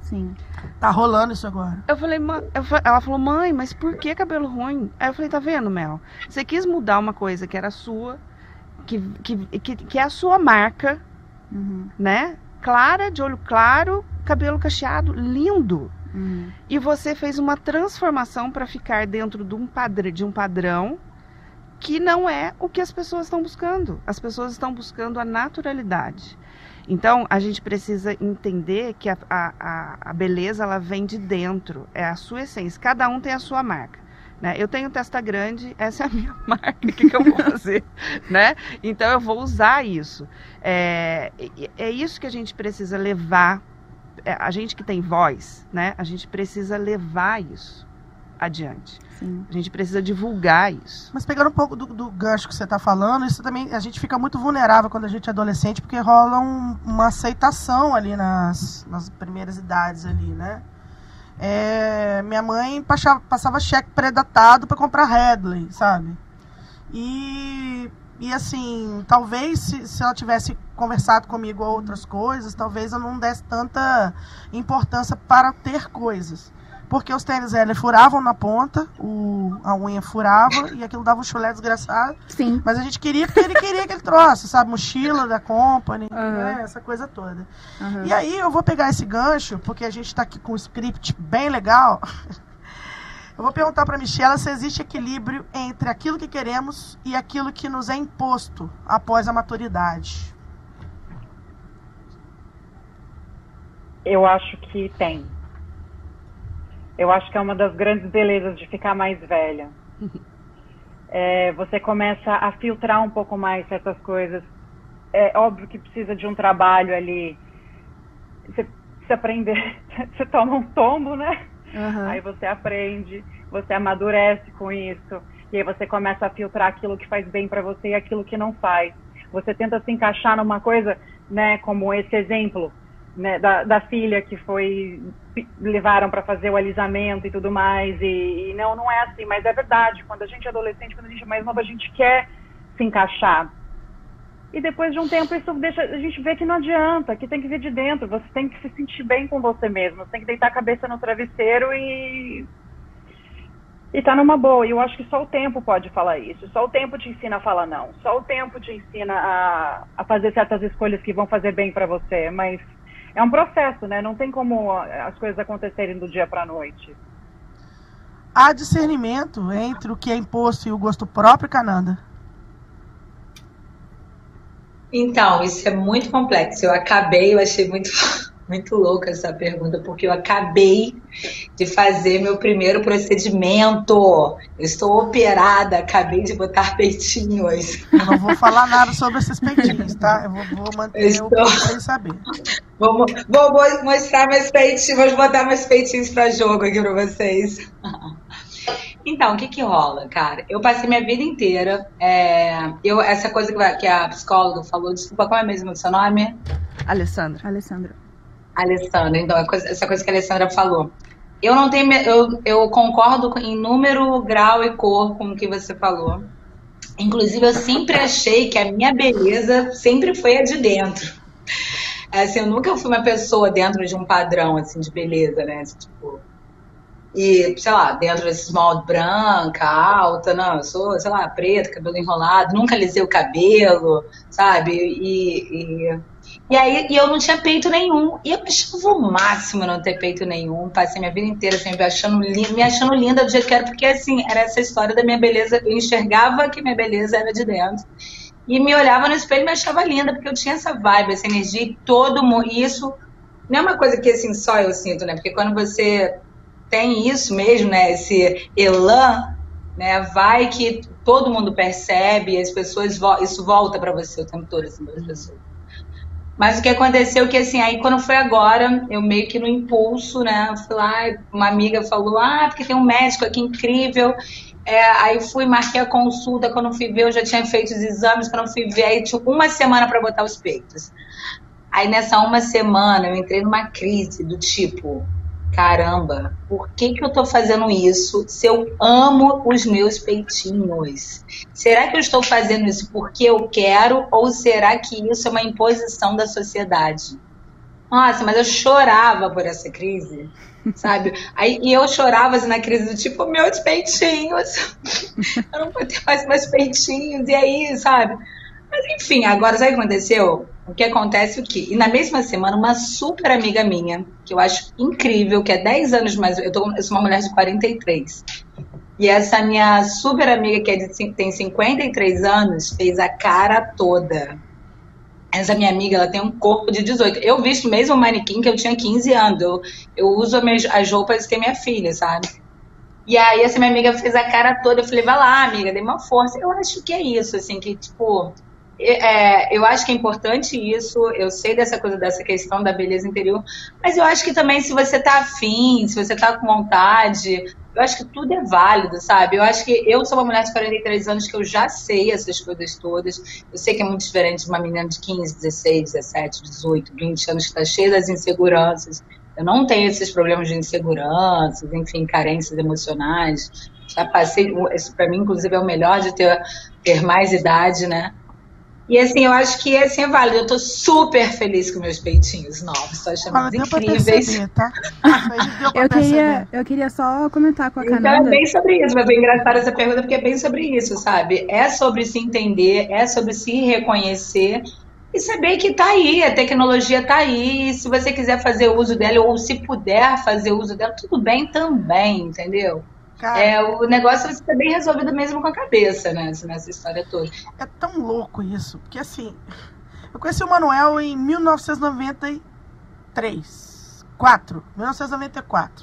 Sim. Tá rolando isso agora. Eu falei, mãe, eu fa- ela falou, mãe, mas por que cabelo ruim? Aí eu falei, tá vendo, Mel? Você quis mudar uma coisa que era sua, que, que, que, que é a sua marca, Uhum. né? Clara, de olho claro, cabelo cacheado, lindo. Uhum. E você fez uma transformação para ficar dentro de um, padr- de um padrão que não é o que as pessoas estão buscando. As pessoas estão buscando a naturalidade. Então, a gente precisa entender que a, a, a beleza, ela vem de dentro. É a sua essência. Cada um tem a sua marca. Né? Eu tenho testa grande, essa é a minha marca. O que, que eu vou fazer? Né? Então, eu vou usar isso. É, é isso que a gente precisa levar. É, a gente que tem voz, né? A gente precisa levar isso adiante. Sim. A gente precisa divulgar isso. Mas pegando um pouco do, do gancho que você está falando, isso também, a gente fica muito vulnerável quando a gente é adolescente, porque rola um, uma aceitação ali nas, nas primeiras idades ali, né? É, minha mãe passava, passava cheque pré-datado para comprar Headley, sabe? E, e assim, talvez se, se ela tivesse conversado comigo outras coisas, talvez eu não desse tanta importância para ter coisas. Porque os tênis Headley furavam na ponta, o, a unha furava e aquilo dava um chulé desgraçado. Sim. Mas a gente queria porque ele queria aquele troço, sabe? Mochila da Company, Uhum. né? Essa coisa toda. Uhum. E aí eu vou pegar esse gancho, porque a gente está aqui com um script bem legal. Eu vou perguntar para a Michela se existe equilíbrio entre aquilo que queremos e aquilo que nos é imposto após a maturidade. Eu acho que tem. Eu acho que é uma das grandes belezas de ficar mais velha. É, você começa a filtrar um pouco mais certas coisas. É óbvio que precisa de um trabalho ali. Você precisa aprender. Você toma um tombo, né? Uhum. Aí você aprende, você amadurece com isso. E aí você começa a filtrar aquilo que faz bem pra você e aquilo que não faz. Você tenta se encaixar numa coisa, né? Como esse exemplo, né, da, da filha que foi... levaram para fazer o alisamento e tudo mais, e, e não, não é assim, mas é verdade, quando a gente é adolescente, quando a gente é mais nova, a gente quer se encaixar, e depois de um tempo isso deixa a gente ver que não adianta, que tem que vir de dentro, você tem que se sentir bem com você mesmo, você tem que deitar a cabeça no travesseiro e e tá numa boa, e eu acho que só o tempo pode falar isso, só o tempo te ensina a falar não, só o tempo te ensina a, a fazer certas escolhas que vão fazer bem para você, mas é um processo, né? Não tem como as coisas acontecerem do dia para a noite. Há discernimento entre o que é imposto e o gosto próprio, Cananda? Então, isso é muito complexo. Eu acabei, eu achei muito, muito louca essa pergunta, porque eu acabei de fazer meu primeiro procedimento. Eu estou operada, acabei de botar peitinhos. Eu não vou falar nada sobre esses peitinhos, tá? Eu vou, vou manter Estou... o peitinho sem saber. Vou, vou mostrar meus peitinhos, vou botar meus peitinhos para jogo aqui para vocês. Então, o que que rola, cara? Eu passei minha vida inteira, é, eu, essa coisa que, que a psicóloga falou, desculpa, qual é mesmo o seu nome? Alessandra. Alessandra. Alessandra, então, essa coisa que a Alessandra falou. Eu não tenho, eu, eu concordo em número, grau e cor com o que você falou. Inclusive, eu sempre achei que a minha beleza sempre foi a de dentro. Assim, eu nunca fui uma pessoa dentro de um padrão, assim, de beleza, né? Tipo... E, sei lá, dentro desse molde branca, alta, não, eu sou, sei lá, preta, cabelo enrolado, nunca alisei o cabelo, sabe? E, e, e aí e eu não tinha peito nenhum. E eu achava o máximo não ter peito nenhum. Passei minha vida inteira assim, me achando linda, me achando linda do jeito que era, porque assim, era essa história da minha beleza. Eu enxergava que minha beleza era de dentro. E me olhava no espelho e me achava linda, porque eu tinha essa vibe, essa energia, e todo mundo. E isso não é uma coisa que assim, só eu sinto, né? Porque quando você tem isso mesmo, né, esse elan, né, vai que todo mundo percebe, as pessoas, isso volta para você o tempo todo, assim, das pessoas. Mas o que aconteceu que, assim, aí quando foi agora, eu meio que no impulso, né, fui lá, uma amiga falou, ah, porque tem um médico aqui incrível, é, aí fui, marquei a consulta, quando fui ver, eu já tinha feito os exames, quando fui ver, aí tinha uma semana para botar os peitos. Aí nessa uma semana, eu entrei numa crise do tipo... Caramba, por que que eu tô fazendo isso se eu amo os meus peitinhos? Será que eu estou fazendo isso porque eu quero ou será que isso é uma imposição da sociedade? Nossa, mas eu chorava por essa crise, sabe? Aí, e eu chorava assim, na crise do tipo, meus peitinhos. Eu não vou ter mais meus peitinhos. E aí, sabe? Mas enfim, agora sabe o que aconteceu? O que acontece é o quê? E na mesma semana, uma super amiga minha, que eu acho incrível, que é dez anos mais... Eu, tô, eu sou uma mulher de quarenta e três. E essa minha super amiga, que é de, tem cinquenta e três anos, fez a cara toda. Essa minha amiga, ela tem um corpo de dezoito. Eu visto mesmo o manequim que eu tinha quinze anos. Eu, eu uso as roupas de ter minha filha, sabe? E aí essa minha amiga fez a cara toda. Eu falei, vai lá, amiga, dê uma força. Eu acho que é isso, assim, que tipo... É, eu acho que é importante isso, eu sei dessa coisa, dessa questão da beleza interior, mas eu acho que também se você tá afim, se você tá com vontade, eu acho que tudo é válido, sabe? Eu acho que eu sou uma mulher de quarenta e três anos que eu já sei essas coisas todas, eu sei que é muito diferente de uma menina de quinze, dezesseis, dezessete, dezoito, vinte anos que tá cheia das inseguranças. Eu não tenho esses problemas de inseguranças, enfim, carências emocionais. Já passei, isso pra mim inclusive é o melhor de ter, ter mais idade, né? E assim, eu acho que assim é válido. Eu tô super feliz com meus peitinhos novos. Tô achando Fala, eles deu incríveis. Pra perceber, tá? Deu pra eu, queria, perceber. eu queria só comentar com a Então Cananda. é bem sobre isso, mas é engraçado essa pergunta porque é bem sobre isso, sabe? É sobre se entender, é sobre se reconhecer e saber que tá aí, a tecnologia tá aí. E se você quiser fazer uso dela ou se puder fazer uso dela, tudo bem também, entendeu? Cara, é, o negócio está bem resolvido mesmo com a cabeça, né, nessa história toda. É tão louco isso, porque assim, eu conheci o Manuel em mil novecentos e noventa e três, quatro, mil novecentos e noventa e quatro.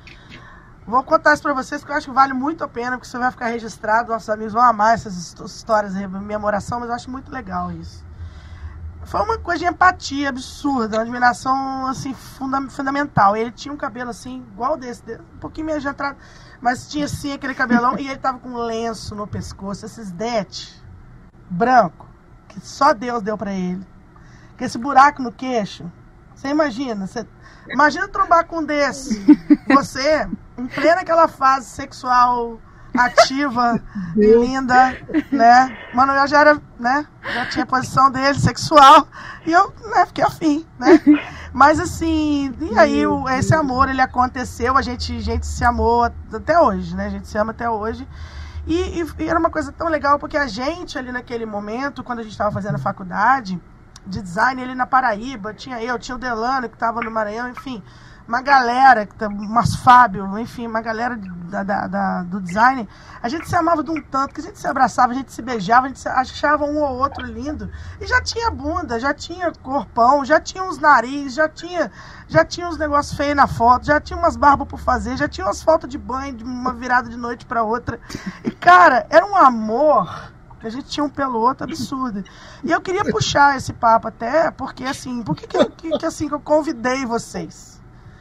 Vou contar isso pra vocês, porque eu acho que vale muito a pena, porque você vai ficar registrado, nossos amigos vão amar essas histórias de rememoração, mas eu acho muito legal isso. Foi uma coisa de empatia absurda, uma admiração, assim, funda fundamental. Ele tinha um cabelo, assim, igual desse, um pouquinho meio atrás, mas tinha, assim, aquele cabelão, e ele tava com um lenço no pescoço, esses dete branco, que só Deus deu pra ele. Com esse buraco no queixo. Você imagina, você... Imagina trombar com um desse. Você, em plena aquela fase sexual... ativa e linda, né? Manuel já era, né? Já tinha a posição dele, sexual, e eu, né, fiquei afim, né? Mas assim, e aí o, esse amor, ele aconteceu, a gente, a gente se amou até hoje, né? A gente se ama até hoje. E, e, e era uma coisa tão legal, porque a gente ali naquele momento, quando a gente estava fazendo a faculdade de design, ele na Paraíba, tinha eu, tinha o Delano, que estava no Maranhão, enfim... uma galera, umas Fábio, enfim, uma galera da, da, da, do design, a gente se amava de um tanto, que a gente se abraçava, a gente se beijava, a gente se achava um ou outro lindo, e já tinha bunda, já tinha corpão, já tinha uns nariz, já tinha, já tinha uns negócios feios na foto, já tinha umas barbas por fazer, já tinha umas fotos de banho, de uma virada de noite pra outra, e cara, era um amor... que a gente tinha um pelo outro absurdo. E eu queria puxar esse papo até, porque assim, por que, que, que, que assim que eu convidei vocês?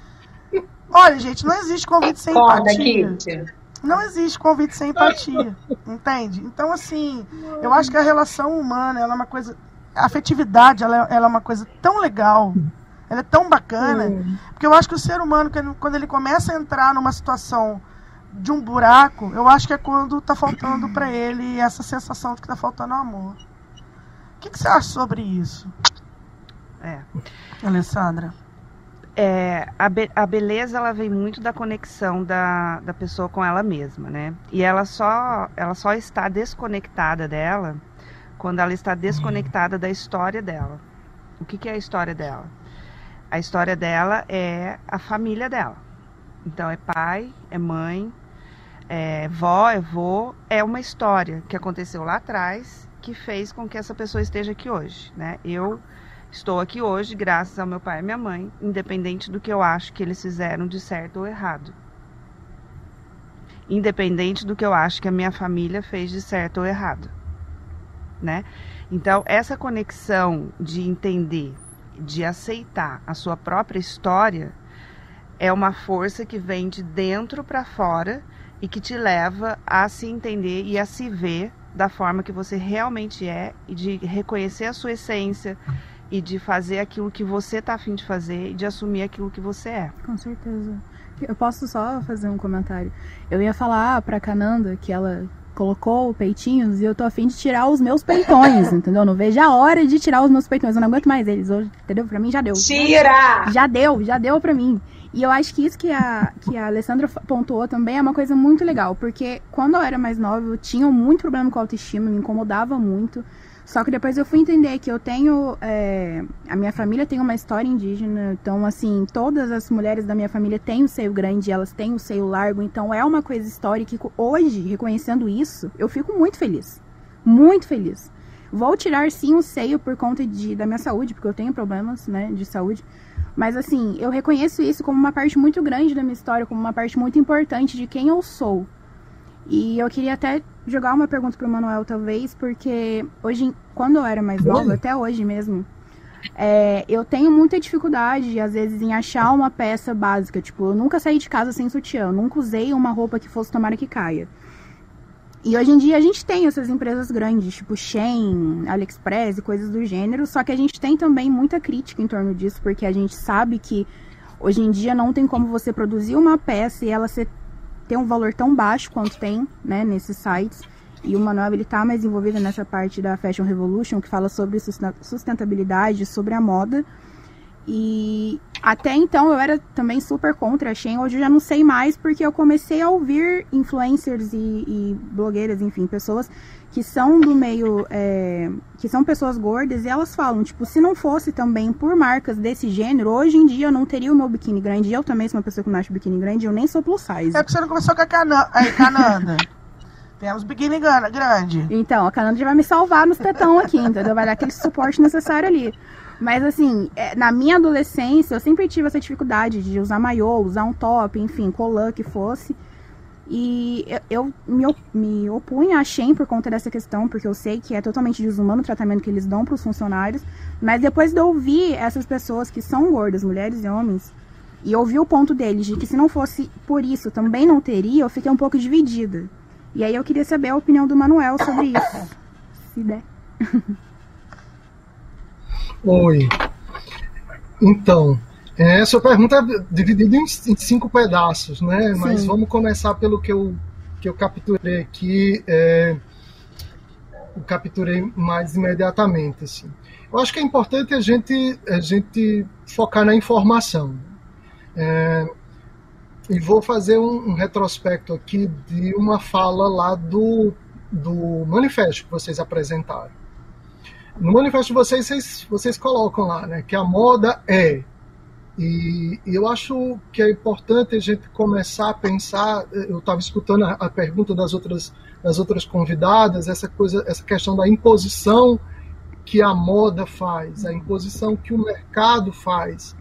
Olha, gente, não existe convite sem empatia. Não existe convite sem empatia, entende? Então, assim, eu acho que a relação humana, ela é uma coisa... A afetividade, ela é, ela é uma coisa tão legal, ela é tão bacana, porque eu acho que o ser humano, quando ele começa a entrar numa situação de um buraco, eu acho que é quando tá faltando pra ele essa sensação de que tá faltando amor. O que, que você acha sobre isso? É. Alessandra? É, a, be a beleza, ela vem muito da conexão da, da pessoa com ela mesma, né? E ela só, ela só está desconectada dela quando ela está desconectada da história dela. O que, que é a história dela? A história dela é a família dela. Então é pai, é mãe, é vó, é vô. É uma história que aconteceu lá atrás que fez com que essa pessoa esteja aqui hoje, né? Eu... estou aqui hoje graças ao meu pai e minha mãe, independente do que eu acho que eles fizeram de certo ou errado. Independente do que eu acho que a minha família fez de certo ou errado, né? Então, essa conexão de entender, de aceitar a sua própria história, é uma força que vem de dentro para fora e que te leva a se entender e a se ver da forma que você realmente é e de reconhecer a sua essência, e de fazer aquilo que você tá a fim de fazer e de assumir aquilo que você é. Com certeza. Eu posso só fazer um comentário? Eu ia falar pra Cananda que ela colocou peitinhos e eu tô a fim de tirar os meus peitões, entendeu? Não vejo a hora de tirar os meus peitões, eu não aguento mais eles hoje, entendeu? Pra mim já deu. Tira! Já deu, já deu pra mim. E eu acho que isso que a, que a Alessandra pontuou também é uma coisa muito legal, porque quando eu era mais nova eu tinha muito problema com a autoestima, me incomodava muito. Só que depois eu fui entender que eu tenho... É, a minha família tem uma história indígena, então, assim, todas as mulheres da minha família têm o seio grande, elas têm o seio largo, então é uma coisa histórica que hoje, reconhecendo isso, eu fico muito feliz. Muito feliz. Vou tirar, sim, o seio por conta de, da minha saúde, porque eu tenho problemas, né, de saúde. Mas, assim, eu reconheço isso como uma parte muito grande da minha história, como uma parte muito importante de quem eu sou. E eu queria até jogar uma pergunta pro Manuel, talvez, porque hoje, quando eu era mais nova, até hoje mesmo, é, eu tenho muita dificuldade, às vezes, em achar uma peça básica. Tipo, eu nunca saí de casa sem sutiã, eu nunca usei uma roupa que fosse tomara que caia. E hoje em dia a gente tem essas empresas grandes, tipo Shein, AliExpress e coisas do gênero, só que a gente tem também muita crítica em torno disso, porque a gente sabe que hoje em dia não tem como você produzir uma peça e ela ser tem um valor tão baixo quanto tem, né, nesses sites. E o Manuel, ele tá mais envolvido nessa parte da Fashion Revolution, que fala sobre sustentabilidade, sobre a moda. E até então eu era também super contra a Shein. Hoje eu já não sei mais, porque eu comecei a ouvir influencers e, e blogueiras, enfim, pessoas que são do meio, é, que são pessoas gordas, e elas falam, tipo, se não fosse também por marcas desse gênero, hoje em dia eu não teria o meu biquíni grande. Eu também sou uma pessoa que não acha biquíni grande, eu nem sou plus size. É porque você não começou com a cana aí, Cananda. Temos biquíni grande. Então, a Cananda já vai me salvar nos tetão aqui, entendeu? Vai dar aquele suporte necessário ali. Mas assim, na minha adolescência, eu sempre tive essa dificuldade de usar maiô, usar um top, enfim, colã que fosse. E eu, eu me, me opunha a Shein por conta dessa questão, porque eu sei que é totalmente desumano o tratamento que eles dão para os funcionários. Mas depois de ouvir essas pessoas que são gordas, mulheres e homens, e ouvir o ponto deles de que se não fosse por isso também não teria, eu fiquei um pouco dividida. E aí eu queria saber a opinião do Manuel sobre isso, se der. Oi. Então, essa pergunta é dividida em cinco pedaços, né? Sim. Mas vamos começar pelo que eu, que eu capturei aqui, é, eu capturei mais imediatamente. Assim. Eu acho que é importante a gente, a gente focar na informação. É, e vou fazer um, um retrospecto aqui de uma fala lá do, do manifesto que vocês apresentaram. No manifesto de vocês, vocês, vocês colocam lá, né, que a moda é. E, e eu acho que é importante a gente começar a pensar. Eu estava escutando a, a pergunta das outras, das outras convidadas, essa, coisa, essa questão da imposição que a moda faz, a imposição que o mercado faz.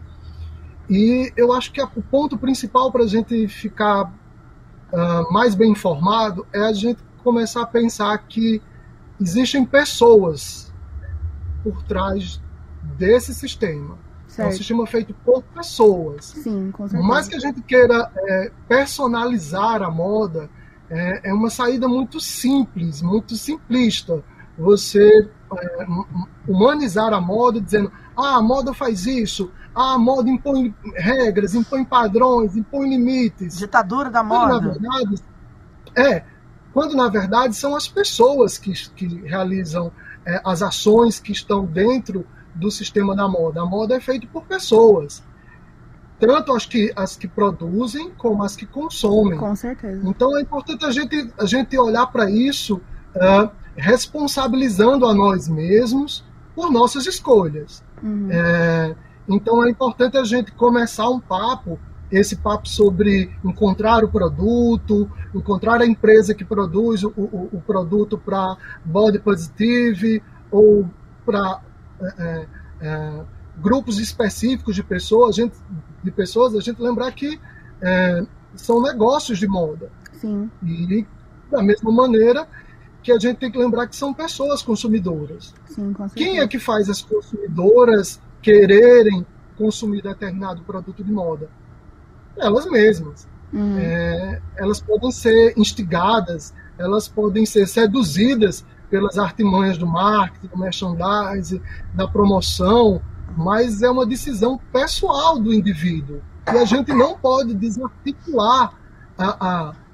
E eu acho que a, o ponto principal para a gente ficar uh, mais bem informado é a gente começar a pensar que existem pessoas por trás desse sistema. Certo. É um sistema feito por pessoas. Sim, com certeza. Por mais que a gente queira é, personalizar a moda, é, é uma saída muito simples, muito simplista. Você é, humanizar a moda dizendo, ah, a moda faz isso, ah, a moda impõe regras, impõe padrões, impõe limites. Ditadura da moda. Quando, na verdade, é, quando na verdade são as pessoas que, que realizam é, as ações que estão dentro do sistema da moda. A moda é feita por pessoas. Tanto as que, as que produzem, como as que consomem. Com certeza. Então é importante a gente, a gente olhar para isso uh, responsabilizando a nós mesmos por nossas escolhas. Uhum. É, então é importante a gente começar um papo, esse papo sobre encontrar o produto, encontrar a empresa que produz o, o, o produto para body positive ou para é, é, grupos específicos de pessoas, a gente, de pessoas, a gente lembrar que é, são negócios de moda. Sim. E da mesma maneira que a gente tem que lembrar que são pessoas consumidoras. Sim, com certeza. Quem é que faz as consumidoras quererem consumir determinado produto de moda? Elas mesmas. Uhum. É, elas podem ser instigadas, elas podem ser seduzidas pelas artimanhas do marketing, do merchandising, da promoção, mas é uma decisão pessoal do indivíduo. E a gente não pode desarticular a, a,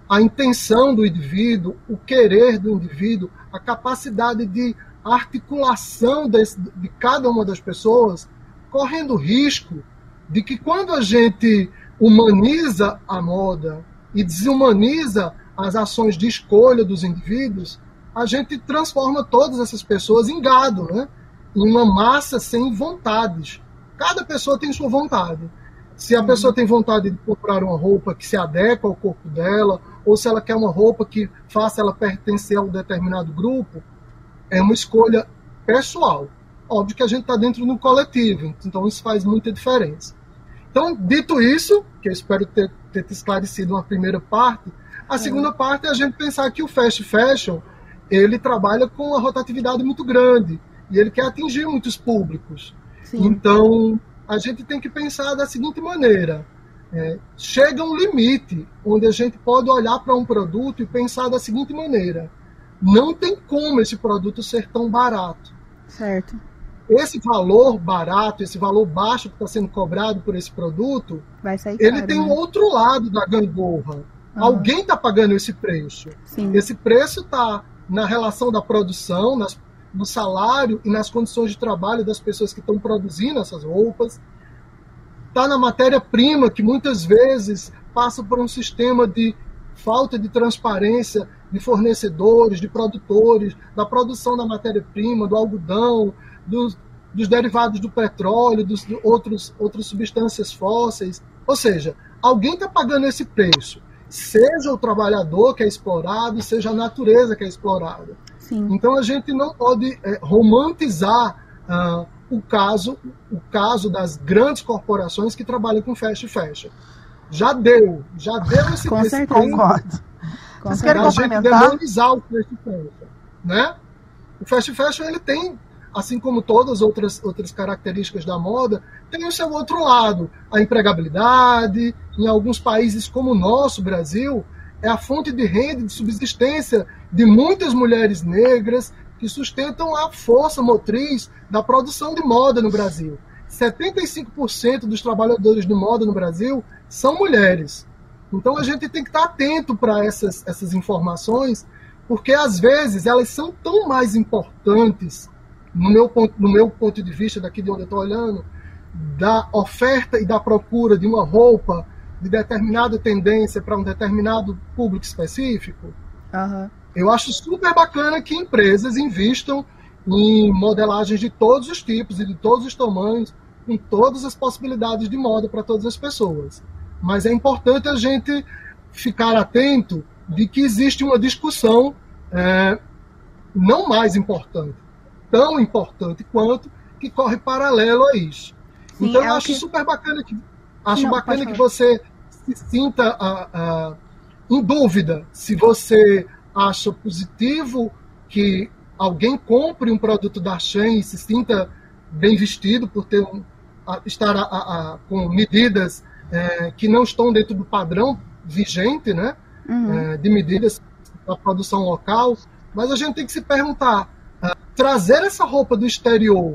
a intenção do indivíduo, o querer do indivíduo, a capacidade de articulação desse, de cada uma das pessoas, correndo risco de que quando a gente humaniza a moda e desumaniza as ações de escolha dos indivíduos, a gente transforma todas essas pessoas em gado, né? Em uma massa sem vontades. Cada pessoa tem sua vontade. Se a pessoa tem vontade de comprar uma roupa que se adequa ao corpo dela, ou se ela quer uma roupa que faça ela pertencer a um determinado grupo, é uma escolha pessoal. Óbvio que a gente está dentro do coletivo, então isso faz muita diferença. Então, dito isso, que eu espero ter, ter te esclarecido uma primeira parte, a segunda parte é a gente pensar que o fast fashion, ele trabalha com uma rotatividade muito grande, e ele quer atingir muitos públicos. Sim. Então, a gente tem que pensar da seguinte maneira, é, chega um limite onde a gente pode olhar para um produto e pensar da seguinte maneira, não tem como esse produto ser tão barato. Certo. Esse valor barato, esse valor baixo que está sendo cobrado por esse produto, vai sair ele caro, tem né? um outro lado da gangorra. Uhum. Alguém está pagando esse preço. Sim. Esse preço está na relação da produção, nas, no salário e nas condições de trabalho das pessoas que estão produzindo essas roupas. Está na matéria-prima, que muitas vezes passa por um sistema de falta de transparência de fornecedores, de produtores, da produção da matéria-prima, do algodão, dos, dos derivados do petróleo, dos de outros, outras substâncias fósseis. Ou seja, alguém está pagando esse preço. Seja o trabalhador que é explorado, seja a natureza que é explorada. Sim. Então a gente não pode é, romantizar uh, o, caso, o caso das grandes corporações que trabalham com fast fashion. Já deu, já deu esse, com esse certeza. Concordo. Vocês querem a gente complementar? demonizar o fast fashion, né? O fast fashion, ele tem, assim como todas as outras, outras características da moda, tem o seu outro lado. A empregabilidade, em alguns países como o nosso, Brasil, é a fonte de renda e de subsistência de muitas mulheres negras que sustentam a força motriz da produção de moda no Brasil. setenta e cinco por cento dos trabalhadores de moda no Brasil são mulheres. Então a gente tem que estar atento para essas, essas informações, porque às vezes elas são tão mais importantes, no meu ponto, no meu ponto de vista, daqui de onde eu estou olhando, da oferta e da procura de uma roupa de determinada tendência para um determinado público específico. Uhum. Eu acho super bacana que empresas investam em modelagens de todos os tipos e de todos os tamanhos, com todas as possibilidades de moda para todas as pessoas. Mas é importante a gente ficar atento de que existe uma discussão é, não mais importante, tão importante quanto, que corre paralelo a isso. Sim, então, é eu acho que... super bacana que, acho não, bacana que você se sinta a, a, em dúvida se você acha positivo que alguém compre um produto da Shein e se sinta bem vestido por ter um, a, estar a, a, com medidas é, que não estão dentro do padrão vigente, né? Uhum. É, de medidas da produção local, mas a gente tem que se perguntar, uh, trazer essa roupa do exterior,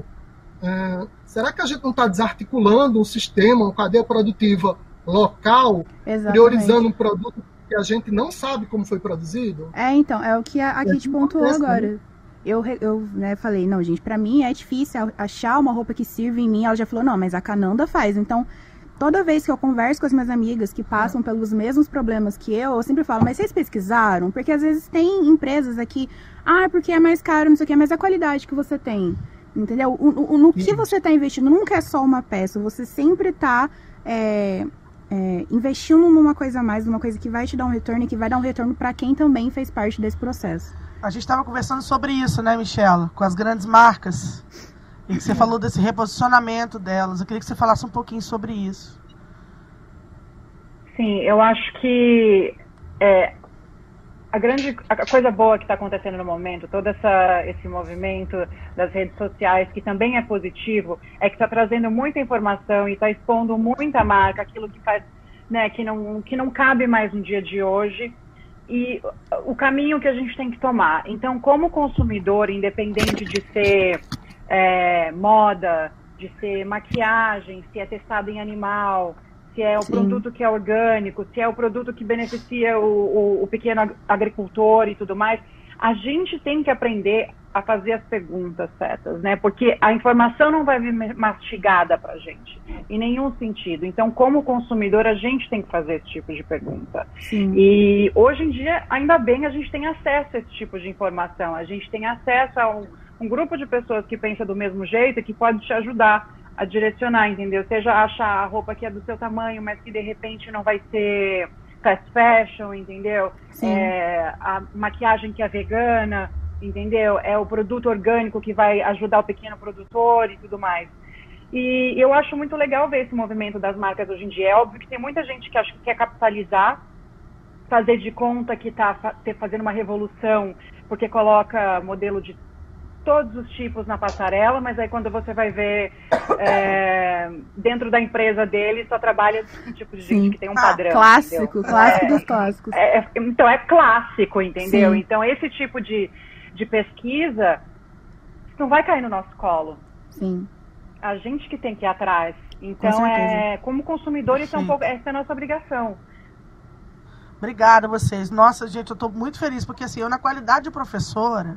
uh, será que a gente não está desarticulando um sistema, uma cadeia produtiva local, exatamente, priorizando um produto que a gente não sabe como foi produzido? É, então, é o que a, a Kit pontuou agora. Né? Eu, eu né, falei, não, gente, pra mim é difícil achar uma roupa que sirva em mim. Ela já falou, não, mas a Cananda faz. Então, toda vez que eu converso com as minhas amigas que passam pelos mesmos problemas que eu, eu sempre falo, mas vocês pesquisaram? Porque às vezes tem empresas aqui, ah, porque é mais caro, não sei o quê, mas a qualidade que você tem, entendeu? O, o, no que você está investindo nunca é só uma peça, você sempre está é, é, investindo numa coisa a mais, numa coisa que vai te dar um retorno e que vai dar um retorno para quem também fez parte desse processo. A gente estava conversando sobre isso, né, Michela? Com as grandes marcas. E que você falou desse reposicionamento delas. Eu queria que você falasse um pouquinho sobre isso. Sim, eu acho que é, a grande a coisa boa que está acontecendo no momento, todo essa, esse movimento das redes sociais, que também é positivo, é que está trazendo muita informação e está expondo muita marca, aquilo que faz, né, que não, que não cabe mais no dia de hoje. E o caminho que a gente tem que tomar. Então, como consumidor, independente de ser é, moda, de ser maquiagem, se é testado em animal, se é o Sim. produto que é orgânico, se é o produto que beneficia o, o, o pequeno agricultor e tudo mais. A gente tem que aprender a fazer as perguntas certas, né? Porque a informação não vai vir mastigada pra gente, em nenhum sentido. Então, como consumidor, a gente tem que fazer esse tipo de pergunta. Sim. E hoje em dia, ainda bem, a gente tem acesso a esse tipo de informação. A gente tem acesso a um, um grupo de pessoas que pensa do mesmo jeito e que pode te ajudar a direcionar, entendeu? Seja achar a roupa que é do seu tamanho, mas que de repente não vai ser fast fashion, entendeu? É, a maquiagem que é vegana, entendeu? É o produto orgânico que vai ajudar o pequeno produtor e tudo mais. E eu acho muito legal ver esse movimento das marcas hoje em dia. É óbvio que tem muita gente que acha que quer capitalizar, fazer de conta que está fazendo uma revolução, porque coloca modelo de todos os tipos na passarela, mas aí quando você vai ver é, dentro da empresa dele, só trabalha um tipo de gente Sim. que tem um padrão. Ah, clássico, entendeu? clássico é, dos clássicos. É, é, então é clássico, entendeu? Sim. Então esse tipo de, de pesquisa não vai cair no nosso colo. Sim. A gente que tem que ir atrás. Então, Com é, como consumidor, isso é um pouco, essa é a nossa obrigação. Obrigada a vocês. Nossa, gente, eu estou muito feliz, porque assim, eu na qualidade de professora,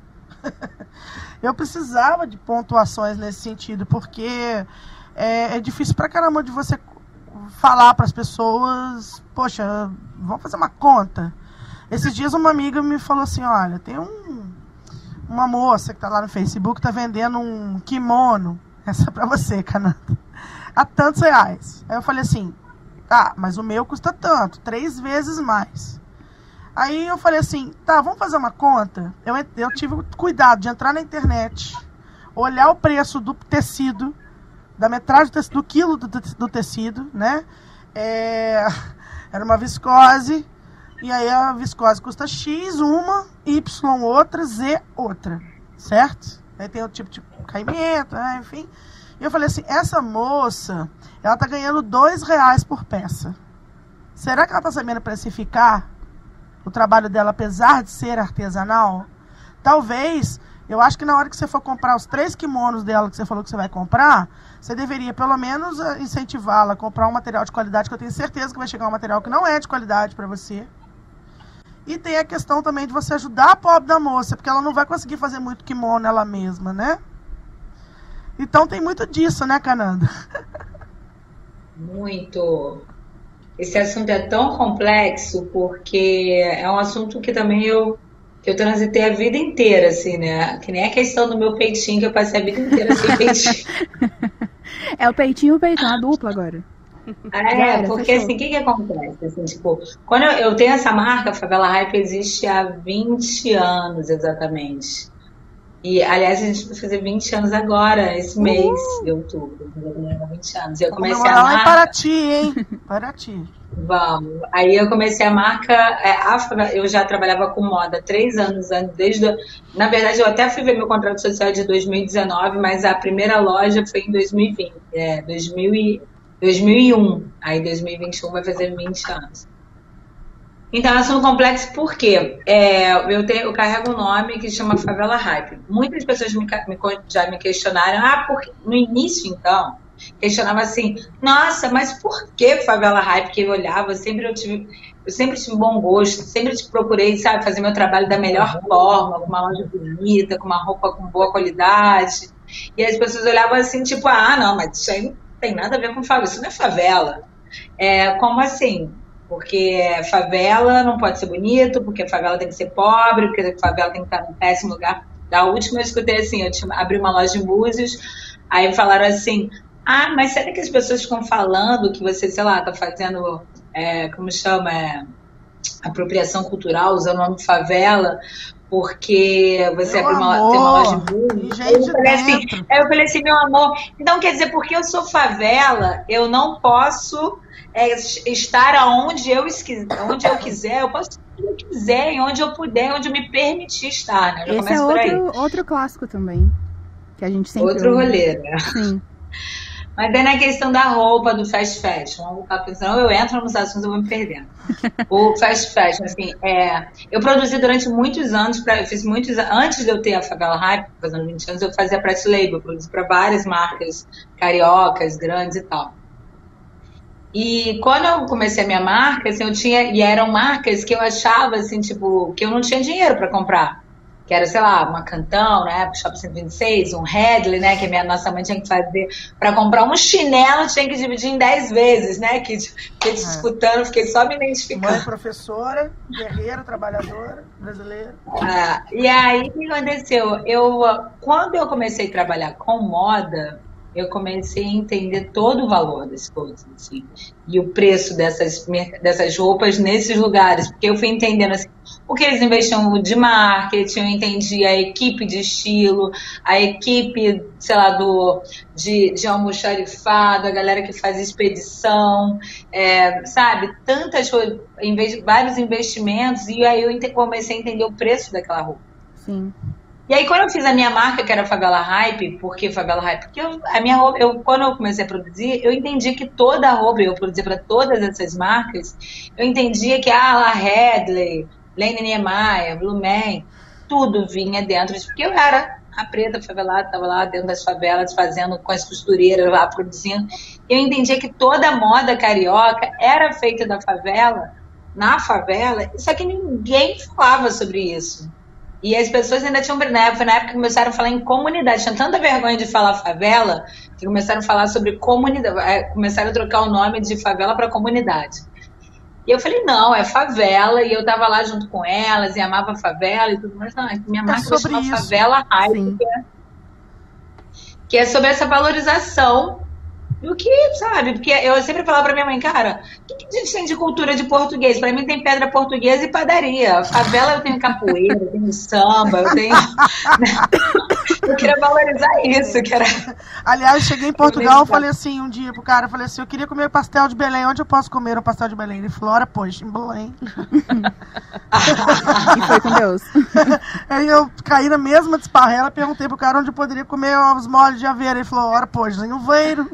eu precisava de pontuações nesse sentido, porque é, é difícil pra caramba de você falar para as pessoas, poxa, vamos fazer uma conta. Esses dias uma amiga me falou assim, olha, tem um, uma moça que tá lá no Facebook, tá vendendo um kimono, essa é pra você, Cananda, a tantos reais. Aí eu falei assim, tá, mas o meu custa tanto, três vezes mais. Aí eu falei assim, tá, vamos fazer uma conta? Eu, eu tive o cuidado de entrar na internet, olhar o preço do tecido, da metragem do, tecido, do quilo do, do tecido, né? É, era uma viscose, e aí a viscose custa X uma, Y outra, Z outra, certo? Aí tem outro tipo de caimento, né? Enfim. E eu falei assim, essa moça, ela tá ganhando dois reais por peça. Será que ela tá sabendo precificar o trabalho dela, apesar de ser artesanal? Talvez, eu acho que na hora que você for comprar os três kimonos dela que você falou que você vai comprar, você deveria pelo menos incentivá-la a comprar um material de qualidade, que eu tenho certeza que vai chegar um material que não é de qualidade para você. E tem a questão também de você ajudar a pobre da moça, porque ela não vai conseguir fazer muito kimono ela mesma, né? Então tem muito disso, né, Cananda? Muito. Esse assunto é tão complexo, porque é um assunto que também eu, que eu transitei a vida inteira, assim, né? Que nem a questão do meu peitinho, que eu passei a vida inteira sem peitinho. É o peitinho e o peitão, a dupla agora. É, era, porque fechou. Assim, o que que acontece? Assim, tipo, quando eu, eu tenho essa marca, a Favela Hype existe há vinte anos, exatamente. E, aliás, a gente vai fazer vinte anos agora, esse uh! mês de outubro. vinte anos. E eu comecei a marca... lá em Paraty, hein? Paraty. Vamos. Aí eu comecei a marca... É, a, eu já trabalhava com moda há três anos antes, desde... Do, na verdade, eu até fui ver meu contrato social de dois mil e dezenove, mas a primeira loja foi em dois mil e vinte. É, dois mil e um. Aí dois mil e vinte e um vai fazer vinte anos. Então, é um assunto complexo porque é, eu, tenho, eu carrego um nome que se chama Favela Hype. Muitas pessoas me, me, já me questionaram, ah, porque no início, então, questionava assim, nossa, mas por que Favela Hype? Que eu olhava, sempre eu tive, eu sempre tive bom gosto, sempre te procurei, sabe, fazer meu trabalho da melhor forma, com uma loja bonita, com uma roupa com boa qualidade. E as pessoas olhavam assim, tipo, ah, não, mas isso aí não tem nada a ver com favela, isso não é favela. É, como assim? Porque favela não pode ser bonito, porque favela tem que ser pobre, porque favela tem que estar num péssimo lugar. Da última eu escutei assim, eu abri uma loja de Búzios, aí falaram assim, ah, mas será que as pessoas ficam falando que você, sei lá, tá fazendo, é, como chama, é, apropriação cultural, usando o nome favela, porque você abriu uma, tem uma loja de Búzios? Aí eu falei assim, aí eu falei assim, meu amor, então quer dizer, porque eu sou favela, eu não posso... É estar aonde eu, onde eu quiser, eu posso onde eu quiser, onde eu puder, onde eu me permitir estar, né? Esse é outro, outro clássico também, que a gente sempre... Outro rolê, né? Sim. Mas daí na questão da roupa, do fast fashion, senão eu entro nos assuntos e eu vou me perdendo. O fast fashion, assim, é, eu produzi durante muitos anos, pra, eu fiz muitos, antes de eu ter a Favela Hype, fazendo vinte anos, eu fazia press label, eu produzi para várias marcas cariocas, grandes e tal. E quando eu comecei a minha marca, assim, eu tinha, e eram marcas que eu achava, assim, tipo, que eu não tinha dinheiro para comprar. Que era, sei lá, uma Cantão, né, Shop cento e vinte e seis, um Headley, né, que a minha nossa mãe tinha que fazer. Para comprar um chinelo, tinha que dividir em dez vezes, né, que fiquei disputando, fiquei só me identificando. Mãe professora, guerreira, trabalhadora, brasileira. Ah, e aí, o que aconteceu? Eu, quando eu comecei a trabalhar com moda, eu comecei a entender todo o valor das coisas, assim, e o preço dessas, dessas roupas nesses lugares, porque eu fui entendendo, assim, o que eles investiam de marketing, eu entendi a equipe de estilo, a equipe, sei lá, do, de, de almoxarifado, a galera que faz expedição, é, sabe, tantas coisas, vários investimentos, e aí eu comecei a entender o preço daquela roupa. Sim. E aí, quando eu fiz a minha marca, que era Favela Hype, por que Favela Hype? Porque eu, a minha roupa, eu, quando eu comecei a produzir, eu entendi que toda a roupa, eu produzia para todas essas marcas, eu entendia que ah, La Headley, Lane Niemeyer, Blue Man, tudo vinha dentro disso, porque eu era a preta favelada, estava lá dentro das favelas, fazendo com as costureiras lá, produzindo. Eu entendia que toda a moda carioca era feita da favela, na favela, só que ninguém falava sobre isso. E as pessoas ainda tinham, na época, na época começaram a falar em comunidade, tinham tanta vergonha de falar favela, que começaram a falar sobre comunidade, começaram a trocar o nome de favela para comunidade. E eu falei, não, é favela, e eu tava lá junto com elas, e amava a favela e tudo mais. Não, minha marca é chama Favela Hype, que é, que é sobre essa valorização do que, sabe, porque eu sempre falava pra minha mãe, cara, o que, que a gente tem de cultura de português? Pra mim tem pedra portuguesa e padaria. Favela eu tenho capoeira, eu tenho samba, eu tenho... Eu queria valorizar isso, que era... Aliás, cheguei em Portugal, eu falei assim, um dia pro cara, eu falei assim, eu queria comer pastel de Belém, onde eu posso comer o pastel de Belém? Ele falou, ora, pois, em Belém. E foi com Deus. Aí eu caí na mesma desparrela, perguntei pro cara onde eu poderia comer os molhos de aveira. Ele falou, ora, pois, em Uveiro.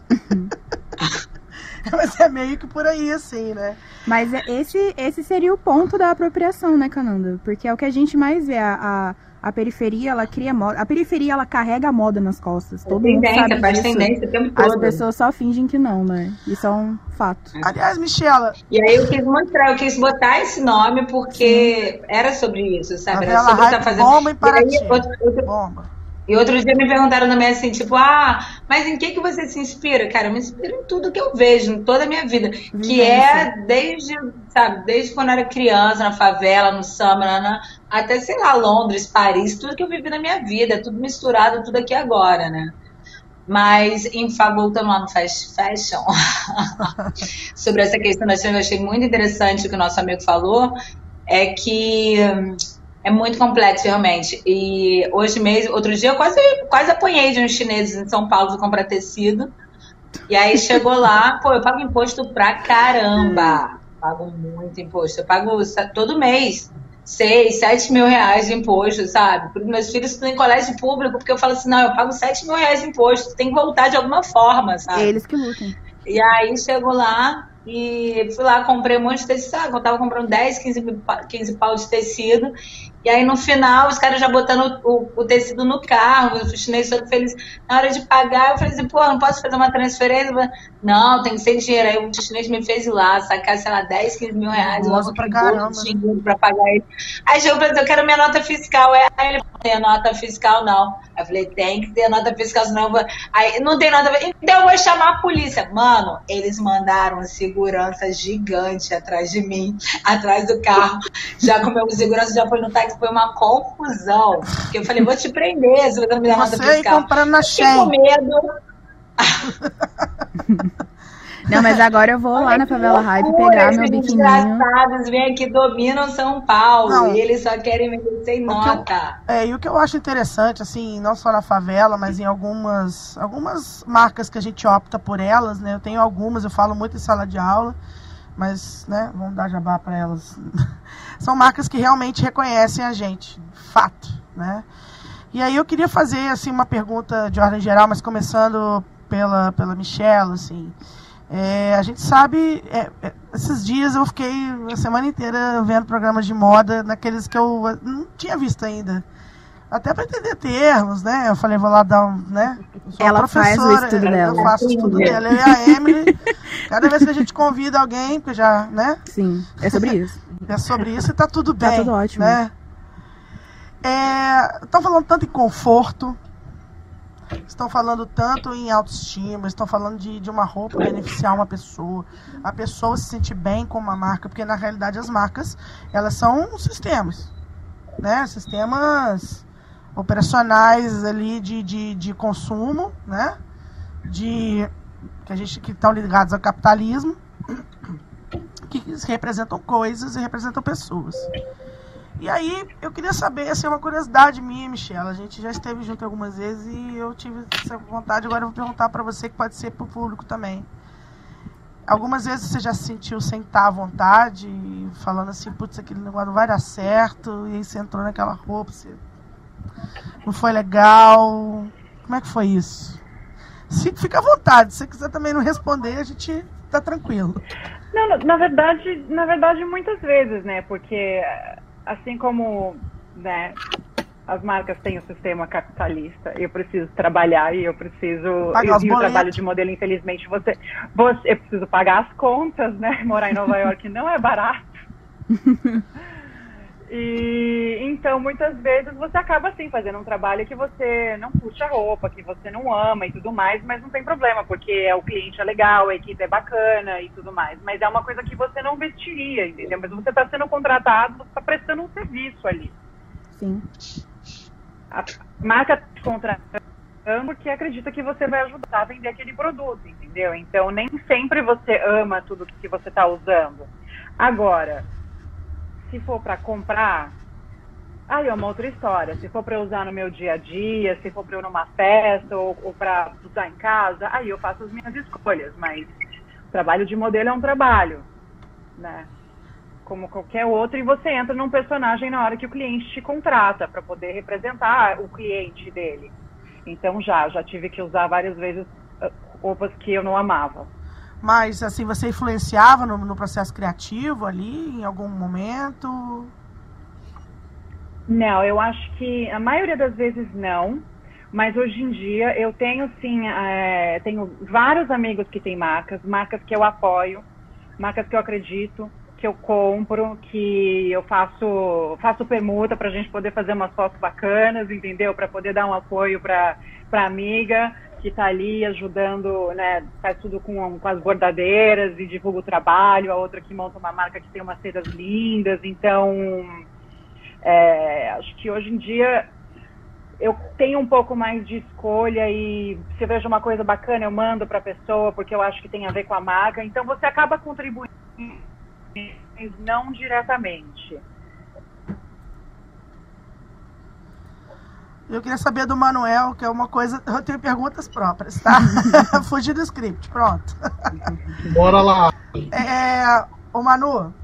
Mas é meio que por aí, assim, né? Mas esse, esse seria o ponto da apropriação, né, Cananda? Porque é o que a gente mais vê, a, a, a periferia, ela cria moda, a periferia, ela carrega a moda nas costas. Todo tendência, mundo sabe faz disso. tendência o tempo todo. As pessoas só fingem que não, né? Isso é um fato. Aliás, Michela... E aí eu quis mostrar, eu quis botar esse nome porque Sim. era sobre isso, sabe? Era sobre estar fazendo... Bomba em Paraty. Outro, outro... Bomba. E outro dia me perguntaram também assim, tipo, ah, mas em que que você se inspira? Cara, eu me inspiro em tudo que eu vejo, em toda a minha vida. Hum, que é desde, sabe, desde quando eu era criança, na favela, no samba, na, na, até, sei lá, Londres, Paris, tudo que eu vivi na minha vida, tudo misturado, tudo aqui agora, né? Mas, em voltando lá no Fast Fashion, sobre essa questão da China, eu achei muito interessante o que o nosso amigo falou, é que... É muito complexo, realmente. E hoje mesmo, outro dia, eu quase, quase apanhei de uns chineses em São Paulo para comprar tecido. E aí chegou lá, pô, eu pago imposto pra caramba. Pago muito imposto. Eu pago todo mês seis, sete mil reais de imposto, sabe? Porque meus filhos estão em colégio público, porque eu falo assim, não, eu pago sete mil reais de imposto. Tem que voltar de alguma forma, sabe? É eles que lutam. E aí chegou lá e fui lá, comprei um monte de tecido, sabe? Eu tava comprando dez, quinze, quinze pau de tecido. E aí, no final, os caras já botando o, o tecido no carro, os chineses todo felizes. Na hora de pagar, eu falei assim, pô, não posso fazer uma transferência? Não, tem que ser dinheiro. Aí o chinês me fez ir lá, sacar, sei lá, dez, quinze mil reais. Nossa, pra caramba. Dinheiro pra pagar ele. Aí chegou pra dizer, eu quero minha nota fiscal. Aí ele falou, tem a nota fiscal, não. Aí eu falei, tem que ter a nota fiscal, senão eu vou... Aí, não tem nota fiscal. Então eu vou chamar a polícia. Mano, eles mandaram um segurança gigante atrás de mim, atrás do carro. Já comeu o segurança, já foi no táxi. Foi uma confusão. Porque eu falei, vou te prender se você não me der nota fiscal. Você comprando na Shein. Com medo. Não, mas agora eu vou lá na Favela Hype pegar meu biquininho. Desgraçados vêm aqui, dominam São Paulo. Não, e eles só querem me ver sem nota. Eu, é, e o que eu acho interessante, assim, não só na favela, mas em algumas, algumas marcas que a gente opta por elas, né? Eu tenho algumas, eu falo muito em sala de aula. Mas, né, vamos dar jabá para elas. São marcas que realmente reconhecem a gente, fato, né? E aí eu queria fazer, assim, uma pergunta de ordem geral, mas começando pela, pela Michela, assim. É, a gente sabe, é, é, esses dias eu fiquei a semana inteira vendo programas de moda, naqueles que eu não tinha visto ainda. Até para entender termos, né? Eu falei, vou lá dar um, né? Ela faz o estudo dela. Eu faço o estudo dela. Eu e a Emily, cada vez que a gente convida alguém, porque já, né? Sim, é sobre isso. É sobre isso e tá tudo bem. Tá tudo ótimo. Né? É, estão falando tanto em conforto, estão falando tanto em autoestima, estão falando de, de uma roupa beneficiar uma pessoa, a pessoa se sentir bem com uma marca, porque na realidade as marcas, elas são sistemas, né? Sistemas operacionais ali de, de, de consumo, né? De, que a gente que estão ligados ao capitalismo, que representam coisas e representam pessoas. E aí, eu queria saber, assim, uma curiosidade minha, Michelle. A gente já esteve junto algumas vezes e eu tive essa vontade. Agora eu vou perguntar para você, que pode ser para o público também. Algumas vezes você já se sentiu sem estar à vontade, falando assim, putz, aquele negócio não vai dar certo, e aí você entrou naquela roupa, você não foi legal. Como é que foi isso? Se, fica à vontade, se você quiser também não responder, a gente tá tranquilo. Não, na, na verdade, na verdade, muitas vezes, né, porque... Assim como, né, as marcas têm o sistema capitalista, eu preciso trabalhar e eu preciso... Pagar e, e o trabalho de modelo, infelizmente, você, você... Eu preciso pagar as contas, né? Morar em Nova York não é barato. E então, muitas vezes, você acaba, assim, fazendo um trabalho que você não puxa roupa, que você não ama e tudo mais, mas não tem problema, porque é, o cliente é legal, a equipe é bacana e tudo mais. Mas é uma coisa que você não vestiria, entendeu? Mas você está sendo contratado, você está prestando um serviço ali. Sim. A marca te contratando porque acredita que você vai ajudar a vender aquele produto, entendeu? Então, nem sempre você ama tudo que você está usando. Agora... Se for para comprar, aí é uma outra história. Se for para usar no meu dia a dia, se for para eu ir numa festa ou, ou para usar em casa, aí eu faço as minhas escolhas. Mas o trabalho de modelo é um trabalho, né? Como qualquer outro, e você entra num personagem na hora que o cliente te contrata para poder representar o cliente dele. Então já, já tive que usar várias vezes roupas que eu não amava. Mas, assim, você influenciava no, no processo criativo ali, em algum momento? Não, eu acho que a maioria das vezes não. Mas hoje em dia eu tenho, sim, é, tenho vários amigos que têm marcas, marcas que eu apoio, marcas que eu acredito, que eu compro, que eu faço, faço permuta para a gente poder fazer umas fotos bacanas, entendeu? Para poder dar um apoio para a amiga que está ali ajudando, né, faz tudo com, com as bordadeiras e divulga o trabalho, a outra que monta uma marca que tem umas sedas lindas. Então, é, acho que hoje em dia eu tenho um pouco mais de escolha e se eu vejo uma coisa bacana eu mando para a pessoa porque eu acho que tem a ver com a marca. Então você acaba contribuindo, mas não diretamente. Eu queria saber do Manuel, que é uma coisa... Eu tenho perguntas próprias, tá? Fugir do script, pronto. Bora lá. É, ô Manu,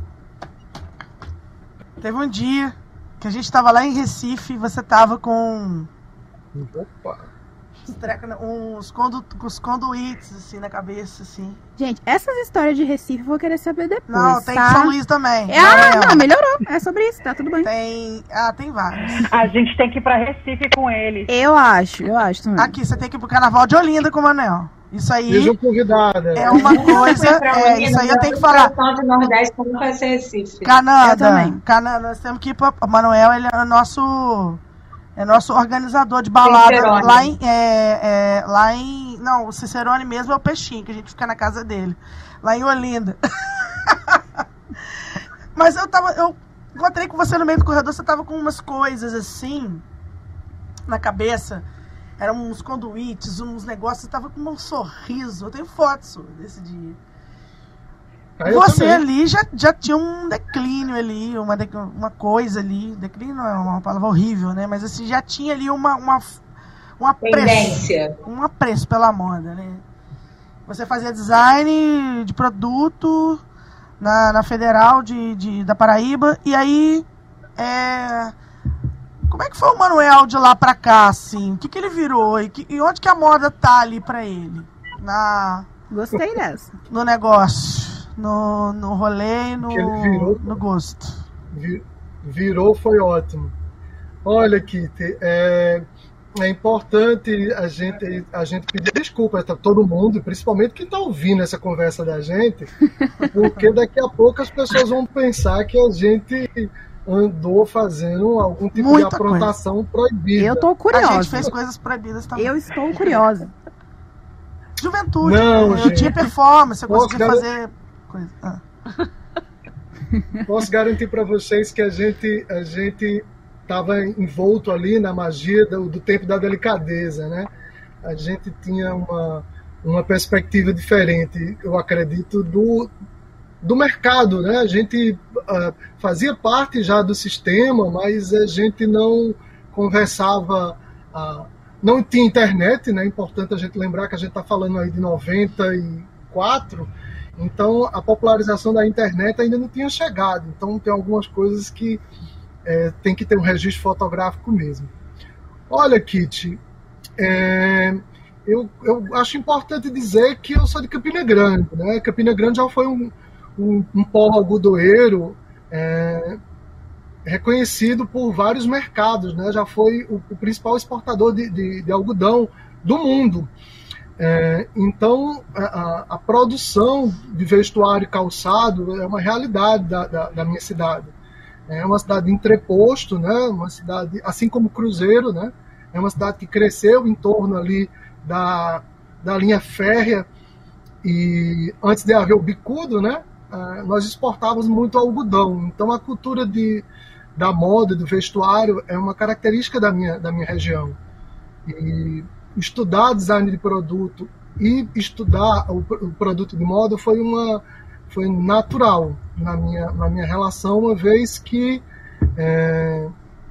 teve um dia que a gente estava lá em Recife e você tava com... Opa! Uns, condu, uns conduítes, assim, na cabeça, assim. Gente, essas histórias de Recife eu vou querer saber depois, Não, tem tá? de São Luís também. Ah, não, não, melhorou. É sobre isso, tá tudo bem. Tem... Ah, tem vários. A gente tem que ir pra Recife com eles. Eu acho, eu acho também. Aqui, você tem que ir pro Carnaval de Olinda com o Manel. Isso aí Sejam convidadas. É uma coisa... É, isso aí eu tenho que falar. Do Nordeste, como vai ser Recife? Canadá. Canadá, nós temos que ir pro... O Manuel, ele é nosso... É nosso organizador de balada Cicerone. lá em, é, é, lá em... Não, o Cicerone mesmo é o Peixinho, que a gente fica na casa dele. Lá em Olinda. Mas eu tava... Eu encontrei com você no meio do corredor, você tava com umas coisas assim na cabeça. Eram uns conduítes, uns negócios, você tava com um sorriso. Eu tenho fotos desse dia. Ah, você também. ali já, já tinha um declínio ali, uma, de, uma coisa ali. Declínio não é uma palavra horrível, né? Mas assim, já tinha ali uma, uma, um apreço. Um apreço pela moda, né? Você fazia design de produto na, na Federal de, de, da Paraíba. E aí, é... como é que foi o Manuel de lá pra cá, assim? O que, que ele virou? E, que, e onde que a moda tá ali pra ele? Na... Gostei dessa. No negócio. No, no rolê e no, Que ele virou, no gosto. Virou foi ótimo. Olha, Kitty, é, é importante a gente, a gente pedir desculpas a todo mundo, principalmente quem está ouvindo essa conversa da gente, porque daqui a pouco as pessoas vão pensar que a gente andou fazendo algum tipo Muita de aprontação coisa. proibida. Eu tô curiosa. A gente fez coisas proibidas também. Eu estou curiosa. Juventude. Não, eu gente. tinha performance, eu Posso conseguia garan- fazer coisa. Ah. Posso garantir para vocês que a gente a gente estava envolto ali na magia do, do tempo da delicadeza, né? A gente tinha uma, uma perspectiva diferente, eu acredito, do, do mercado, né? A gente uh, fazia parte já do sistema, mas a gente não conversava, uh, não tinha internet, né? É importante a gente lembrar que a gente está falando aí de noventa e quatro, então a popularização da internet ainda não tinha chegado, então tem algumas coisas que É, tem que ter um registro fotográfico mesmo. Olha, Kitty, é, eu, eu acho importante dizer que eu sou de Campina Grande, né? Campina Grande já foi um, um, um polo algodoeiro é, reconhecido por vários mercados, né? Já foi o, o principal exportador de, de, de algodão do mundo. É, então, a, a produção de vestuário e calçado é uma realidade da, da, da minha cidade. É uma cidade de entreposto, né? Uma cidade, assim como Cruzeiro, né? É uma cidade que cresceu em torno ali da, da linha férrea, e antes de haver o bicudo, né? Nós exportávamos muito algodão. Então a cultura de, da moda, do vestuário, é uma característica da minha, da minha região. E estudar design de produto e estudar o, o produto de moda foi uma... foi natural na minha, na minha relação, uma vez que é,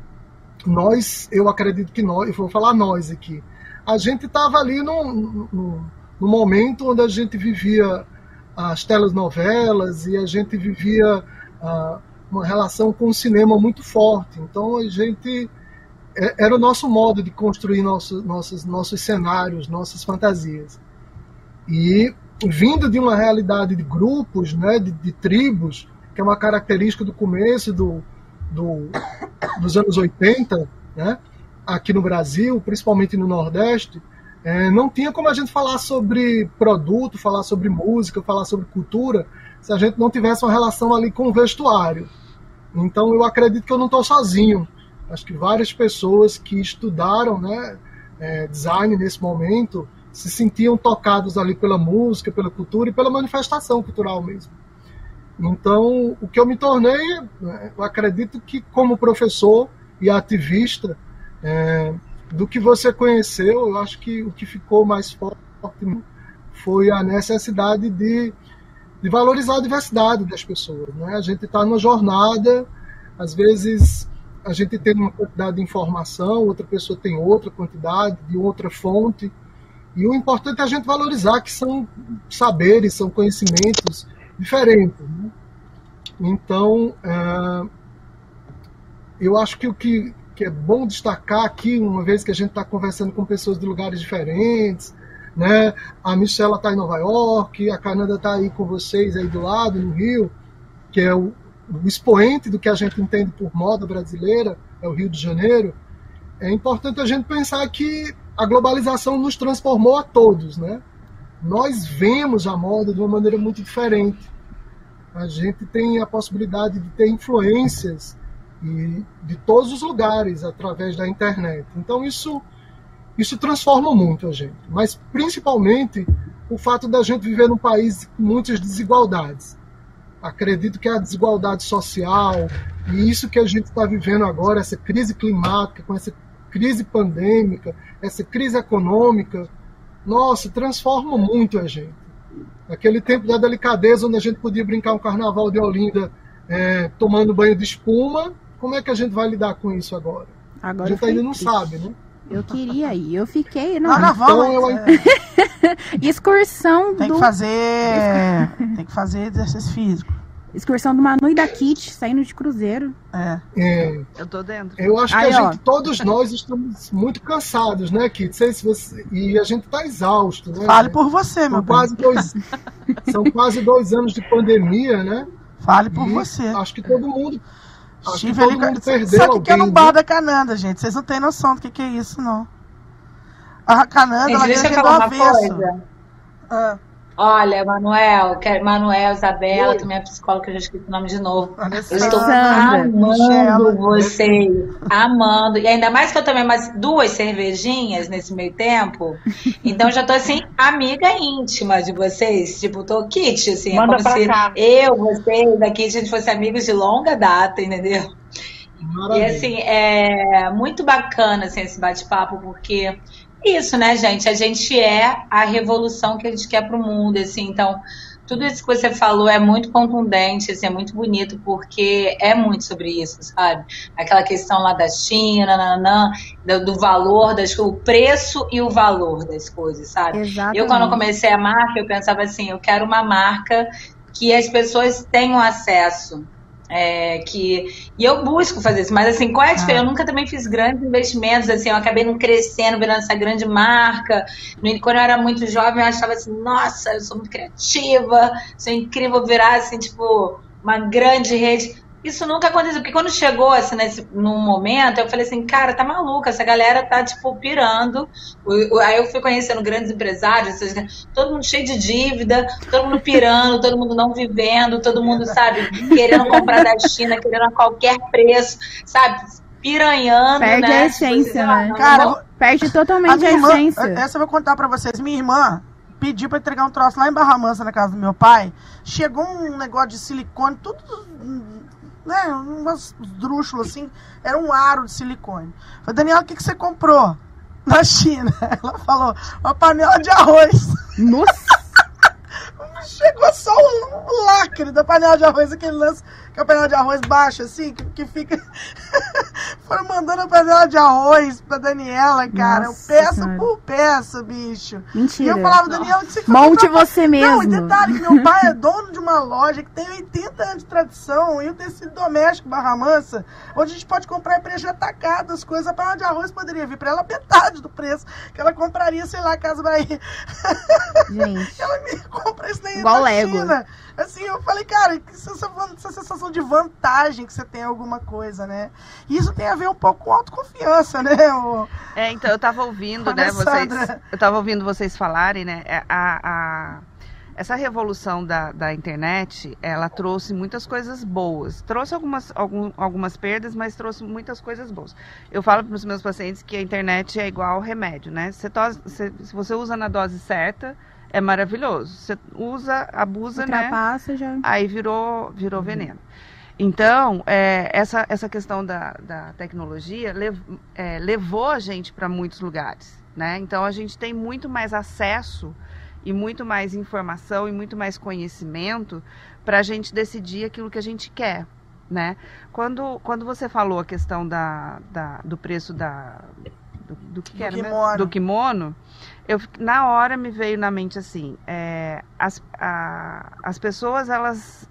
nós, eu acredito que nós, eu vou falar nós aqui, a gente estava ali no, no, no momento onde a gente vivia as telenovelas e a gente vivia uh, uma relação com o cinema muito forte, então a gente, é, era o nosso modo de construir nosso, nossos, nossos cenários, nossas fantasias. E vindo de uma realidade de grupos, né, de, de tribos, que é uma característica do começo do, do, dos anos oitenta, né, aqui no Brasil, principalmente no Nordeste, é, não tinha como a gente falar sobre produto, falar sobre música, falar sobre cultura, se a gente não tivesse uma relação ali com o vestuário. Então eu acredito que eu não estou sozinho. Acho que várias pessoas que estudaram, né, é, design nesse momento se sentiam tocados ali pela música, pela cultura e pela manifestação cultural mesmo. Então, o que eu me tornei, eu acredito que como professor e ativista, é, do que você conheceu, eu acho que o que ficou mais forte foi a necessidade de, de valorizar a diversidade das pessoas, né? A gente está numa jornada, às vezes a gente tem uma quantidade de informação, outra pessoa tem outra quantidade, de outra fonte, e o importante é a gente valorizar que são saberes, são conhecimentos diferentes, né? Então, é, eu acho que o que, que é bom destacar aqui, uma vez que a gente está conversando com pessoas de lugares diferentes, né? A Michela está em Nova York, a Cananda está aí com vocês aí do lado, no Rio, que é o, o expoente do que a gente entende por moda brasileira, é o Rio de Janeiro. É importante a gente pensar que a globalização nos transformou a todos, né? Nós vemos a moda de uma maneira muito diferente. A gente tem a possibilidade de ter influências e de todos os lugares através da internet. Então isso, isso transforma muito a gente. Mas principalmente o fato da gente viver num país com muitas desigualdades. Acredito que a desigualdade social e isso que a gente está vivendo agora, essa crise climática, com essa crise pandêmica, essa crise econômica, nossa, transforma muito a gente. Aquele tempo da delicadeza, onde a gente podia brincar um carnaval de Olinda é, tomando banho de espuma, como é que a gente vai lidar com isso agora? Agora a gente ainda não triste. sabe, né? Eu queria ir, eu fiquei... Não, Carnaval, então, eu... é... Excursão tem do... que fazer tem que fazer exercício físico. Excursão do Manu e da Kitty, saindo de cruzeiro. É. É, Eu tô dentro. eu acho que Aí, a ó. gente, todos nós estamos muito cansados, né, Kitty? Sei se você... E a gente está exausto, né? Fale por você, meu São bem. quase dois, são quase dois anos de pandemia, né? Fale por E você. Acho que todo mundo, Estive ali. Só que, que é no bar da Cananda, gente. Vocês não têm noção do que, que é isso, não. A Cananda, ela deixa eu ganha falar do uma avesso. coisa. Ah. Olha, Manuel, quero, Manuel, Isabela, também é psicóloga, que eu já esqueci o nome de novo. Eu estou amando vocês, amando. E ainda mais que eu tomei umas duas cervejinhas nesse meio tempo. Então já tô assim, amiga íntima de vocês. Tipo, tô kit, assim. Manda é como se cá. eu, vocês, aqui, a gente fosse amigos de longa data, entendeu? Maravilha. E assim, é muito bacana assim, esse bate-papo, porque isso, né, gente? A gente é a revolução que a gente quer pro mundo, assim. Então, tudo isso que você falou é muito contundente, assim, é muito bonito, porque é muito sobre isso, sabe? Aquela questão lá da China, nananã, do, do valor das coisas, o preço e o valor das coisas, sabe? Exatamente. Eu, quando comecei a marca, eu pensava assim, eu quero uma marca que as pessoas tenham acesso. É, que, e eu busco fazer isso, mas assim, qual é a diferença? Ah. Eu nunca também fiz grandes investimentos, assim, eu acabei não crescendo, virando essa grande marca. Quando eu era muito jovem, eu achava assim, nossa, eu sou muito criativa, sou incrível, virar assim, tipo, uma grande rede. Isso nunca aconteceu, porque quando chegou assim, nesse, num momento, eu falei assim, cara, tá maluca, essa galera tá, tipo, pirando. O, o, aí eu fui conhecendo grandes empresários, todo mundo cheio de dívida, todo mundo pirando, todo mundo não vivendo, todo mundo, sabe, querendo comprar da China, querendo a qualquer preço, sabe, piranhando, perde né? a essência, tipo, né? Cara, vou... perde totalmente a, a irmã, essência. Essa eu vou contar pra vocês. Minha irmã pediu pra entregar um troço lá em Barra Mansa, na casa do meu pai. Chegou um negócio de silicone, tudo... né, umas drúxulas assim, era um aro de silicone. Falei, Daniela, o que, que você comprou na China? Ela falou, uma panela de arroz. Nossa! Chegou só o lacre da panela de arroz, aquele lance, que é a panela de arroz baixa, assim, que, que fica... Foram mandando a panela de arroz pra Daniela, cara. Nossa, peça cara. por peça, bicho. Mentira. E eu falava, Daniela, que você monte você mesmo. Não, e detalhe, que meu pai é dono de uma loja que tem oitenta anos de tradição, e o tecido doméstico Barra Mansa, onde a gente pode comprar em preço atacado as coisas. A panela de arroz poderia vir pra ela metade do preço que ela compraria, sei lá, Casa Bahia. Gente. Ela me compra isso daí igual na Lego. China. Assim, eu falei, cara, essa, essa sensação de vantagem que você tem em alguma coisa, né? E isso tem a ver um pouco com autoconfiança, né? O... É, então, eu tava ouvindo, né, vocês, eu tava ouvindo vocês falarem, né, a, a, essa revolução da, da internet, ela trouxe muitas coisas boas, trouxe algumas, algum, algumas perdas, mas trouxe muitas coisas boas. Eu falo para os meus pacientes que a internet é igual remédio, né? Você tos, você, se você usa na dose certa, é maravilhoso. Você usa, abusa, ultrapassa, né? Já... Aí virou, virou uhum. veneno. Então, é, essa, essa questão da, da tecnologia lev, é, levou a gente para muitos lugares, né? Então, a gente tem muito mais acesso e muito mais informação e muito mais conhecimento para a gente decidir aquilo que a gente quer, né? Quando, quando você falou a questão da, da, do preço da... Do, do que, do era kimono. do kimono, eu, na hora me veio na mente assim, é, as, a, as pessoas, elas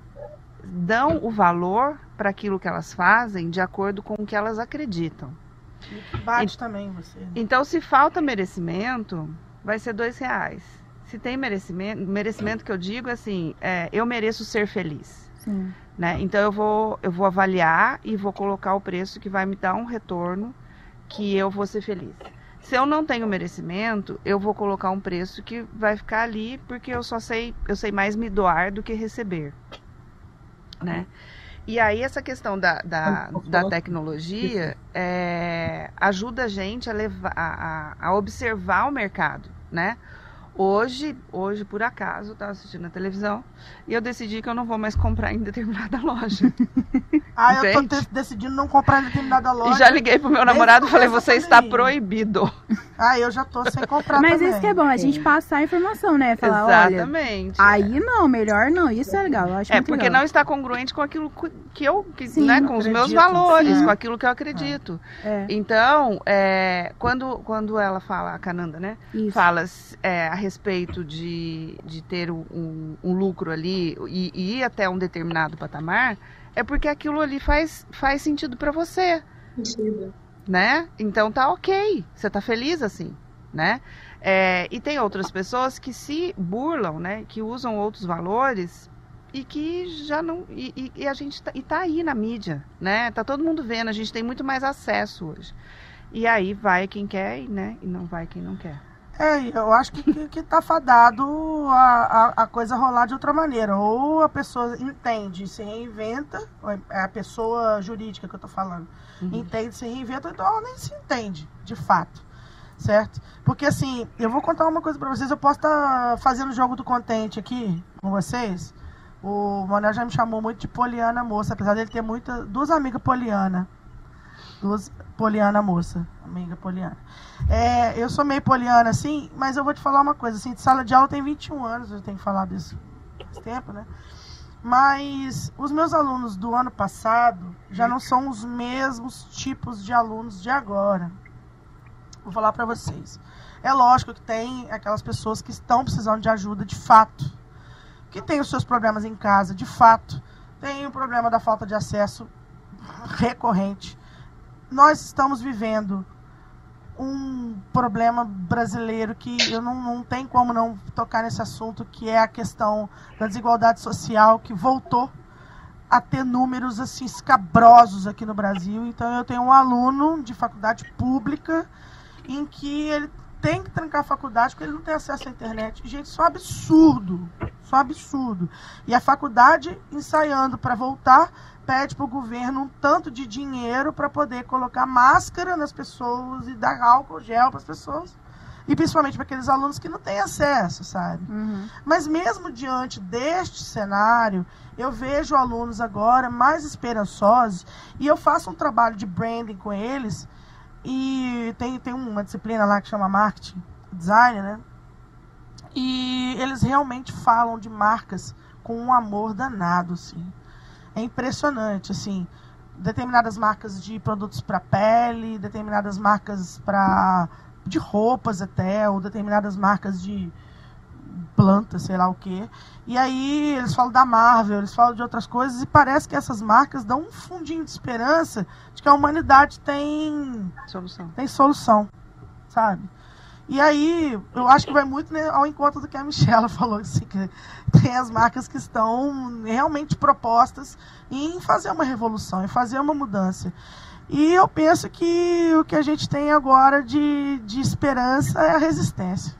dão o valor para aquilo que elas fazem de acordo com o que elas acreditam. E bate e, também você. Né? Então, se falta merecimento, vai ser dois reais. Se tem merecimento, merecimento que eu digo assim, é, eu mereço ser feliz. Sim. Né? Então, eu vou, eu vou avaliar e vou colocar o preço que vai me dar um retorno que eu vou ser feliz. Se eu não tenho merecimento, eu vou colocar um preço que vai ficar ali, porque eu só sei, eu sei mais me doar do que receber, né? E aí essa questão da, da, da tecnologia é, ajuda a gente a, levar, a, a observar o mercado, né? Hoje, hoje, por acaso, eu estava assistindo a televisão e eu decidi que eu não vou mais comprar em determinada loja. Ah, entende? Eu tô decidindo não comprar em determinada loja. E já liguei pro meu namorado e falei, você está proibido. Ah, eu já tô sem comprar Mas também. Isso que é bom, a gente passar a informação, né? Falar, exatamente. Olha, aí não, melhor não, isso é legal. Eu acho é, porque legal. Não está congruente com aquilo que eu, que, Sim, né, com os acredito, meus valores, sim. com aquilo que eu acredito. É. Então, é, quando, quando ela fala, a Cananda, né? Isso. Fala é, a respeito de, de ter um, um lucro ali e, e ir até um determinado patamar, é porque aquilo ali faz, faz sentido para você. Sentido. Né? Então tá ok, você tá feliz assim, né? É, e tem outras pessoas que se burlam, né? Que usam outros valores e que já não e, e, e a gente tá, e tá aí na mídia, né? Tá todo mundo vendo, a gente tem muito mais acesso hoje. E aí vai quem quer, né? E não vai quem não quer. É, eu acho que, que, que tá fadado a, a, a coisa rolar de outra maneira. Ou a pessoa entende e se reinventa, é a pessoa jurídica que eu tô falando, uhum. entende, se reinventa, então ela nem se entende, de fato. Certo? Porque assim, eu vou contar uma coisa pra vocês, eu posso estar tá fazendo o jogo do contente aqui com vocês. O Manuel já me chamou muito de Poliana Moça, apesar dele ter muita, duas amigas Poliana. Duas Poliana Moça, amiga Poliana. É, eu sou meio Poliana, assim, mas eu vou te falar uma coisa, assim, de sala de aula tem vinte e um anos, eu tenho falado isso faz tempo, né? Mas os meus alunos do ano passado já não são os mesmos tipos de alunos de agora. Vou falar pra vocês. É lógico que tem aquelas pessoas que estão precisando de ajuda de fato, que tem os seus problemas em casa, de fato, tem o problema da falta de acesso recorrente. Nós estamos vivendo um problema brasileiro que eu não, não tem como não tocar nesse assunto, que é a questão da desigualdade social, que voltou a ter números assim escabrosos aqui no Brasil. Então eu tenho um aluno de faculdade pública em que ele tem que trancar a faculdade porque ele não tem acesso à internet. Gente, isso é um absurdo. Isso é um absurdo. E a faculdade, ensaiando para voltar, pede para o governo um tanto de dinheiro para poder colocar máscara nas pessoas e dar álcool gel para as pessoas. E principalmente para aqueles alunos que não têm acesso, sabe? Uhum. Mas mesmo diante deste cenário, eu vejo alunos agora mais esperançosos e eu faço um trabalho de branding com eles. E tem, tem uma disciplina lá que chama Marketing Design, né? E eles realmente falam de marcas com um amor danado, assim. É impressionante, assim. Determinadas marcas de produtos para pele, determinadas marcas para de roupas até, ou determinadas marcas de plantas, sei lá o quê. E aí eles falam da Marvel, eles falam de outras coisas, e parece que essas marcas dão um fundinho de esperança de que a humanidade tem solução, tem solução, sabe? E aí, eu acho que vai muito, né, ao encontro do que a Michela falou, assim, que tem as marcas que estão realmente propostas em fazer uma revolução, em fazer uma mudança. E eu penso que o que a gente tem agora de, de esperança é a resistência.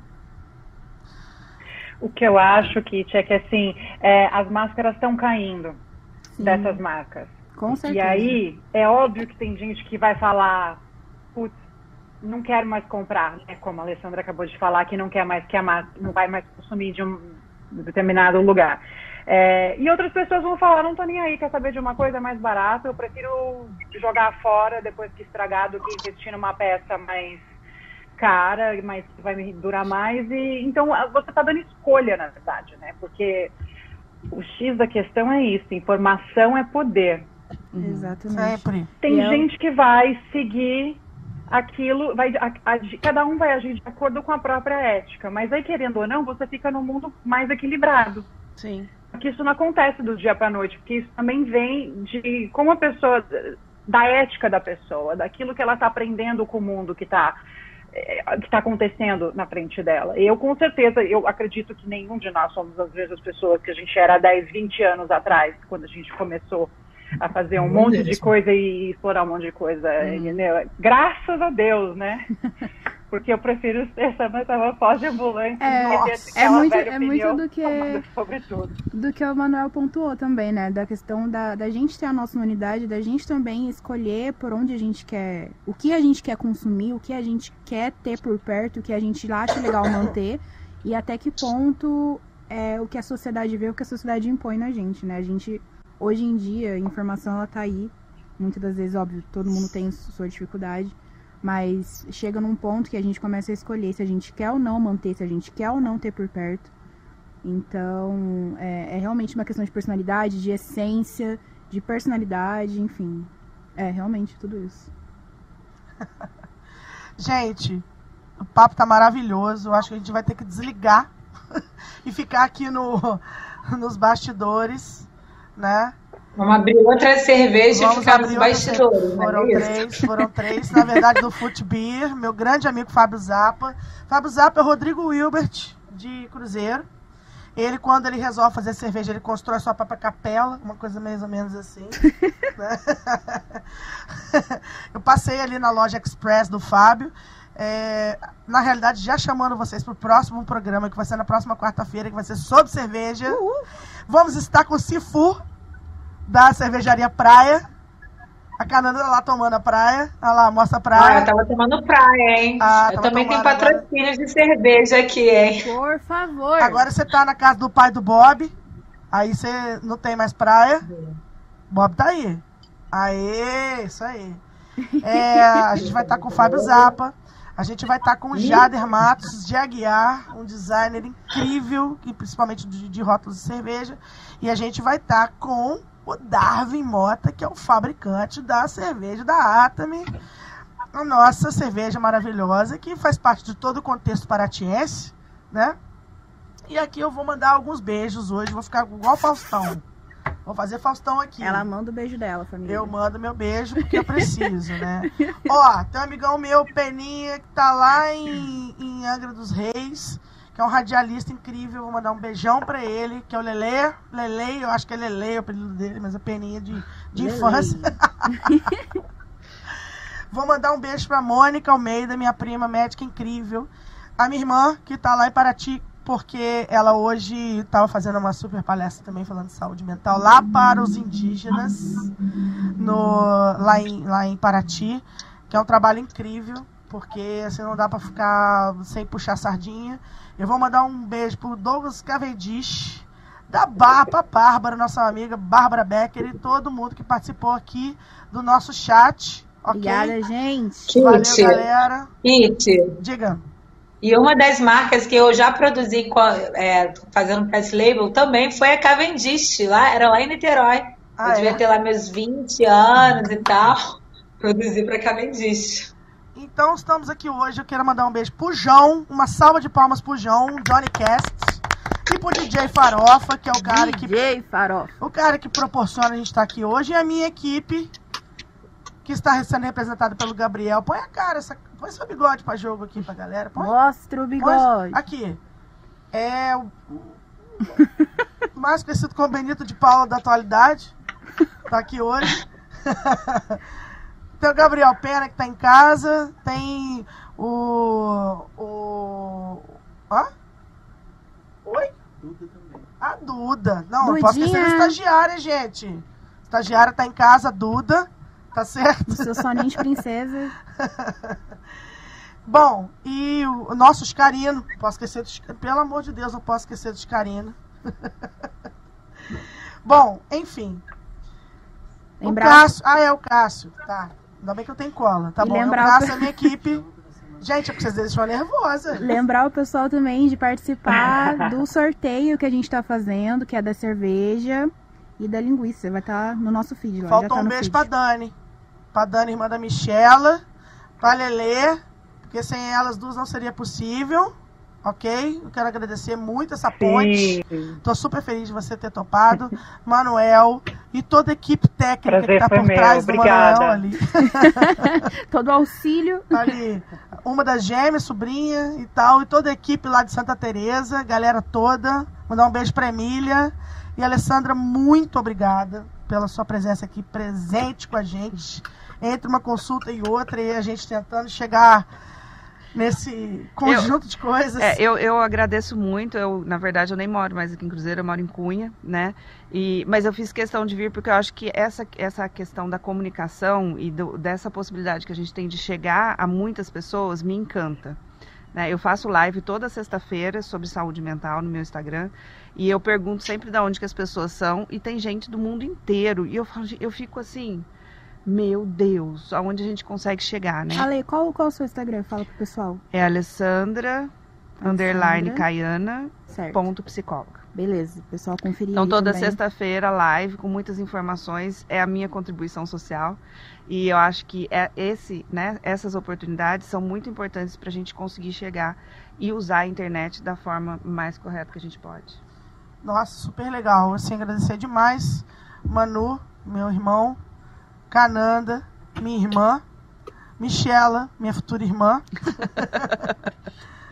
O que eu acho, Kit, é que assim, é, as máscaras estão caindo. Sim. Dessas marcas. Com certeza. E aí, é óbvio que tem gente que vai falar, putz, não quero mais comprar, né? Como a Alessandra acabou de falar, que não quer mais, que a marca não vai mais consumir de um determinado lugar. É, e outras pessoas vão falar, não tô nem aí, quer saber de uma coisa mais barata, eu prefiro jogar fora depois que estragar do que investir numa peça mais cara, mas que vai me durar mais. E então você está dando escolha, na verdade, né? Porque o X da questão é isso, informação é poder. Uhum. Exatamente. Sempre. Tem e gente eu... que vai seguir aquilo, vai, a, a, cada um vai agir de acordo com a própria ética, mas aí, querendo ou não, você fica num mundo mais equilibrado. Sim. Porque isso não acontece do dia para a noite, porque isso também vem de como a pessoa, da ética da pessoa, daquilo que ela está aprendendo com o mundo que está que está acontecendo na frente dela. Eu, com certeza, eu acredito que nenhum de nós somos as mesmas pessoas que a gente era há dez, vinte anos atrás, quando a gente começou a fazer um monte de coisa e explorar um monte de coisa. Uhum. Graças a Deus, né? Porque eu prefiro ser essa metamorfose de ambulância. É, é muito, é muito do que sobre tudo. do que o Manuel pontuou também, né? Da questão da, da gente ter a nossa humanidade, da gente também escolher por onde a gente quer, o que a gente quer consumir, o que a gente quer ter por perto, o que a gente acha legal manter e até que ponto é o que a sociedade vê, o que a sociedade impõe na gente, né? A gente, hoje em dia, a informação ela tá aí. Muitas das vezes, óbvio, todo mundo tem sua dificuldade. Mas chega num ponto que a gente começa a escolher se a gente quer ou não manter, se a gente quer ou não ter por perto. Então, é, é realmente uma questão de personalidade, de essência, de personalidade, enfim. É, realmente, tudo isso. Gente, o papo tá maravilhoso. Eu acho que a gente vai ter que desligar e ficar aqui no, nos bastidores, né? Vamos abrir outra cerveja Vamos e ficar nos bastidores. Foram é três, foram três, na verdade, do Footbeer, meu grande amigo Fábio Zappa. Fábio Zappa é Rodrigo Wilbert, de Cruzeiro. Ele, quando ele resolve fazer cerveja, ele constrói sua própria capela, uma coisa mais ou menos assim. Né? Eu passei ali na loja Express do Fábio. É, na realidade, já chamando vocês para o próximo programa, que vai ser na próxima quarta-feira, que vai ser sobre cerveja. Uhul. Vamos estar com o Sifu, da cervejaria Praia. A Cananda lá tomando a praia. Olha lá, mostra a praia. Ah, eu tava tomando praia, hein? Ah, eu também tenho patrocínio agora de cerveja aqui, hein? Por favor. Agora você tá na casa do pai do Bob. Aí você não tem mais praia. Bob tá aí. Aê, isso aí. É, a gente vai estar tá com o Fábio Zappa. A gente vai estar tá com o Jader Matos de Aguiar, um designer incrível, e principalmente de, de rótulos de cerveja. E a gente vai estar tá com o Darwin Mota, que é o fabricante da cerveja da Atami, a nossa cerveja maravilhosa, que faz parte de todo o contexto paratiense, né? E aqui eu vou mandar alguns beijos hoje, vou ficar igual o Faustão. Vou fazer Faustão aqui. Ela manda o beijo dela, família. Eu mando meu beijo porque eu preciso, né? Ó, tem um amigão meu, Peninha, que tá lá em, em Angra dos Reis, que é um radialista incrível. Vou mandar um beijão pra ele, que é o Lele. Lele, eu acho que é Lele o apelido dele, mas é Peninha de, de infância. Vou mandar um beijo pra Mônica Almeida, minha prima médica incrível. A minha irmã, que tá lá em Paraty, porque ela hoje estava fazendo uma super palestra também falando de saúde mental lá para os indígenas, no, lá, em, lá em Paraty, que é um trabalho incrível, porque assim não dá para ficar sem puxar sardinha. Eu vou mandar um beijo pro Douglas Cavendish, da Barba, Bárbara, nossa amiga Bárbara Becker, e todo mundo que participou aqui do nosso chat. Okay? Obrigada, gente. Valeu, Kit, galera. Kit. Diga. E uma das marcas que eu já produzi é, fazendo press label também foi a Cavendish, lá, era lá em Niterói. Ah, eu devia é? ter lá meus vinte anos e tal. Produzi para Cavendish. Então estamos aqui hoje, eu quero mandar um beijo pro João, uma salva de palmas pro João, Johnny Cast, e pro D J Farofa, que é o cara que... D J Farofa. O cara que proporciona a gente estar aqui hoje, e a minha equipe, que está sendo representada pelo Gabriel. Põe a cara, essa, põe seu bigode pra jogo aqui pra galera. Põe, Mostra o bigode. Põe, aqui. É o mais conhecido como Benito de Paula da atualidade. Tá aqui hoje. Tem o Gabriel Pena, que tá em casa. Tem o... o... Ó? Oi? Duda também. A Duda. Não, Dudinha. Não posso esquecer da estagiária, gente. A estagiária tá em casa, Duda. Tá certo? O seu soninho de princesa. Bom, e o, o nosso Oscarino. Posso esquecer dos, pelo amor de Deus, não posso esquecer do Oscarino. Bom, enfim. Lembrar... O Cássio. Ah, é o Cássio. Tá. Ainda bem que eu tenho cola. Tá e bom. Lembrar O Cássio é a minha equipe. Gente, é porque vocês deixam nervosa. Lembrar o pessoal também de participar do sorteio que a gente tá fazendo, que é da cerveja e da linguiça. Vai estar tá no nosso feed lá. Faltou já tá um beijo feed. pra Dani. Pra Dani, irmã da Michela. Pra Lelê. Porque sem elas duas não seria possível. Ok? Eu quero agradecer muito essa ponte. Sim. Tô super feliz de você ter topado. Manuel e toda a equipe técnica Prazer que tá por meu. trás Obrigada. do Manuel ali. Todo auxílio. Ali. Uma das gêmeas, sobrinha e tal. E toda a equipe lá de Santa Teresa. Galera toda. Mandar um beijo pra Emília. E Alessandra, muito obrigada pela sua presença aqui, presente com a gente. Entre uma consulta e outra, e a gente tentando chegar nesse conjunto eu, de coisas. É, eu, eu agradeço muito. Eu, na verdade, eu nem moro mais aqui em Cruzeiro, eu moro em Cunha, né? E, mas eu fiz questão de vir porque eu acho que essa, essa questão da comunicação e do, dessa possibilidade que a gente tem de chegar a muitas pessoas me encanta. Né? Eu faço live toda sexta-feira sobre saúde mental no meu Instagram e eu pergunto sempre de onde que as pessoas são e tem gente do mundo inteiro. E eu, falo, eu fico assim... Meu Deus, aonde a gente consegue chegar, né? Ale, qual, qual é o seu Instagram? Fala pro pessoal. É Alessandra, Alessandra underline Caiana, certo. Ponto psicóloga. Beleza, pessoal conferir. Então toda também. Sexta-feira, live, com muitas informações, é a minha contribuição social. E eu acho que é esse, né, essas oportunidades são muito importantes para a gente conseguir chegar e usar a internet da forma mais correta que a gente pode. Nossa, super legal. Assim, agradecer demais, Manu, meu irmão, Cananda, minha irmã, Michela, minha futura irmã.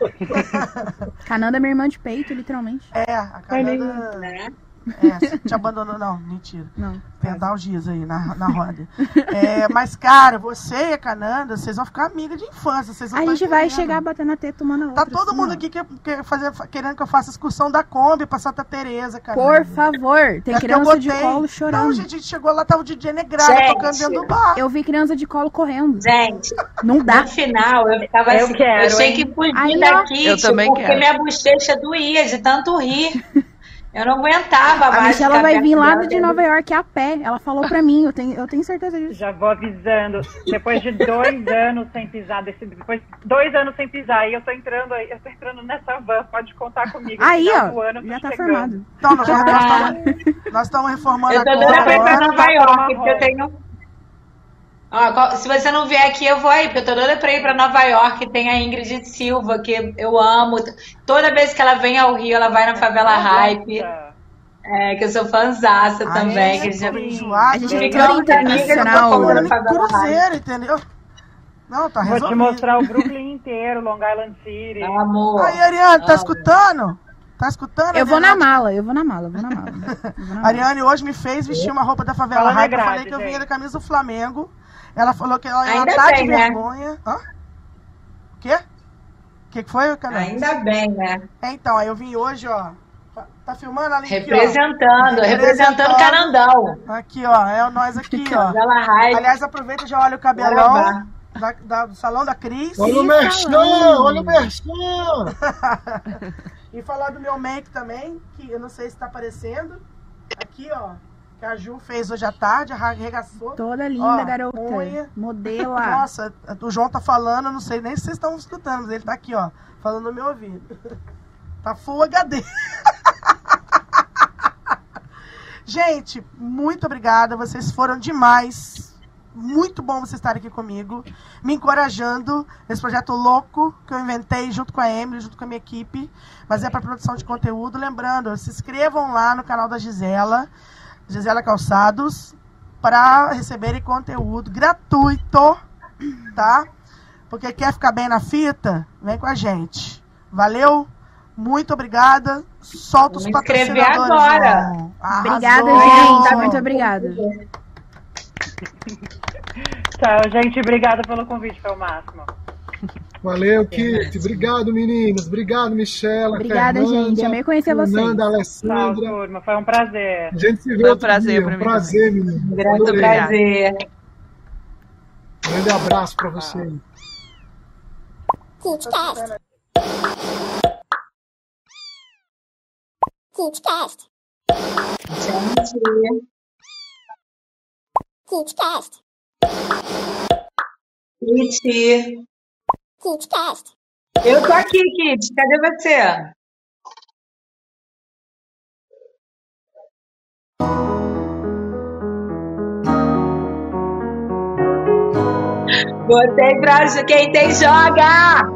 Cananda é minha irmã de peito, literalmente. É, a Cananda... Né? É, te abandonou, não, mentira. Não. Tentar os dias aí na, na roda. É, mas, cara, você e a Cananda, vocês vão ficar amigas de infância. Vocês vão A tá gente vai entendendo. chegar batendo a teta uma na Tá outra. todo assim, mundo ó. aqui que, que fazer, querendo que eu faça excursão da Kombi pra Santa Teresa, cara. Por favor, tem É que eu criança de botei. colo chorando. Não, gente, a gente chegou lá, tava o D J Negrada Gente. tocando dentro do bar. Eu vi criança de colo correndo. Gente, Não dá. no final eu ficava Eu assim, quero, eu tinha hein? que fugir Aí, ó. daqui, Eu tipo, também porque quero. minha bochecha doía de tanto rir. Eu não aguentava A mais. Michela ficar vai vir perto lá dela, de Nova York a pé. Ela falou pra mim, eu tenho, eu tenho certeza disso. Já vou avisando. Depois de dois anos sem pisar, desse, depois de dois anos sem pisar, e eu tô entrando aí, eu tô entrando nessa van, pode contar comigo. No Aí, final ó, do ano, eu tô já tá chegando. formado. Então, nós Ah. estamos nós estamos reformando Eu tô a doida Kombi pra ir pra agora. Nova York, marrom. porque eu tenho. Ó, qual- se você não vier aqui, eu vou aí, porque eu tô doida pra ir pra Nova York. Tem a Ingrid Silva, que eu amo. Toda vez que ela vem ao Rio, ela vai na Favela Hype. Nossa. É, que eu sou fãzaça também. Que a gente tô enjoado. A gente é Tem leitora muita amiga que eu tô internacional. falando Morando pra em Favela Hype. Cruzeiro, entendeu? Não, tá Vou te resolvido. mostrar o Brooklyn inteiro, Long Island City. Amor. Aí, Ariane, tá Amo. escutando? Tá escutando? Eu vou na Ariane? mala, eu vou na mala, eu vou na mala. Eu vou na A mala. Ariane hoje me fez vestir uma roupa da Favela Fala na Hype. Eu grade, falei que eu vinha gente. da camisa do Flamengo. Ela falou que ela, ela Ainda tá de bem, né? vergonha. Hã? O quê? O que que foi, Canal? Ainda bem, né? É, então, aí eu vim hoje, ó. Tá, tá filmando ali? Aqui, Representando, ó. representando o Canandão. Aqui, ó. É nós aqui, ó. Favela Hype. Aliás, aproveita e já olha o cabelão da, da- do salão da Cris. Olha o Merchan, olha o Merchan. E falar do meu make também, que eu não sei se tá aparecendo. Aqui, ó. Que a Ju fez hoje à tarde, arregaçou. Toda linda, Ó, garota. unha. Modela. Nossa, o João tá falando, eu não sei nem se vocês estão escutando, mas ele tá aqui, ó, falando no meu ouvido. Tá Full H D. Gente, muito obrigada, vocês foram demais. Muito bom vocês estarem aqui comigo, me encorajando nesse projeto louco que eu inventei junto com a Emily, junto com a minha equipe, mas é para produção de conteúdo. Lembrando, se inscrevam lá no canal da Gisela, Gisela Calçados, para receberem conteúdo gratuito, tá? Porque quer ficar bem na fita, vem com a gente. Valeu? Muito obrigada. Solta os Vou me inscrever patrocinadores. agora. João. Arrasou. Obrigada, gente. Muito obrigada. Tchau, gente. Obrigada pelo convite, foi o máximo. Valeu, Kit. Obrigado, meninas. Obrigado, Michela. Obrigada, Fernanda, gente. Amei conhecer vocês. Fernanda, Tchau, Alessandra. turma. Foi um prazer. A gente se vê Foi um outro prazer dia. pra Um mim prazer, meninas. Grande Adorei. prazer. Grande abraço pra vocês. KitCast. KitCast. Gente. KitCast. Kit. KitCast. Eu tô aqui, Kit. Cadê você? Botei pra quem tem joga!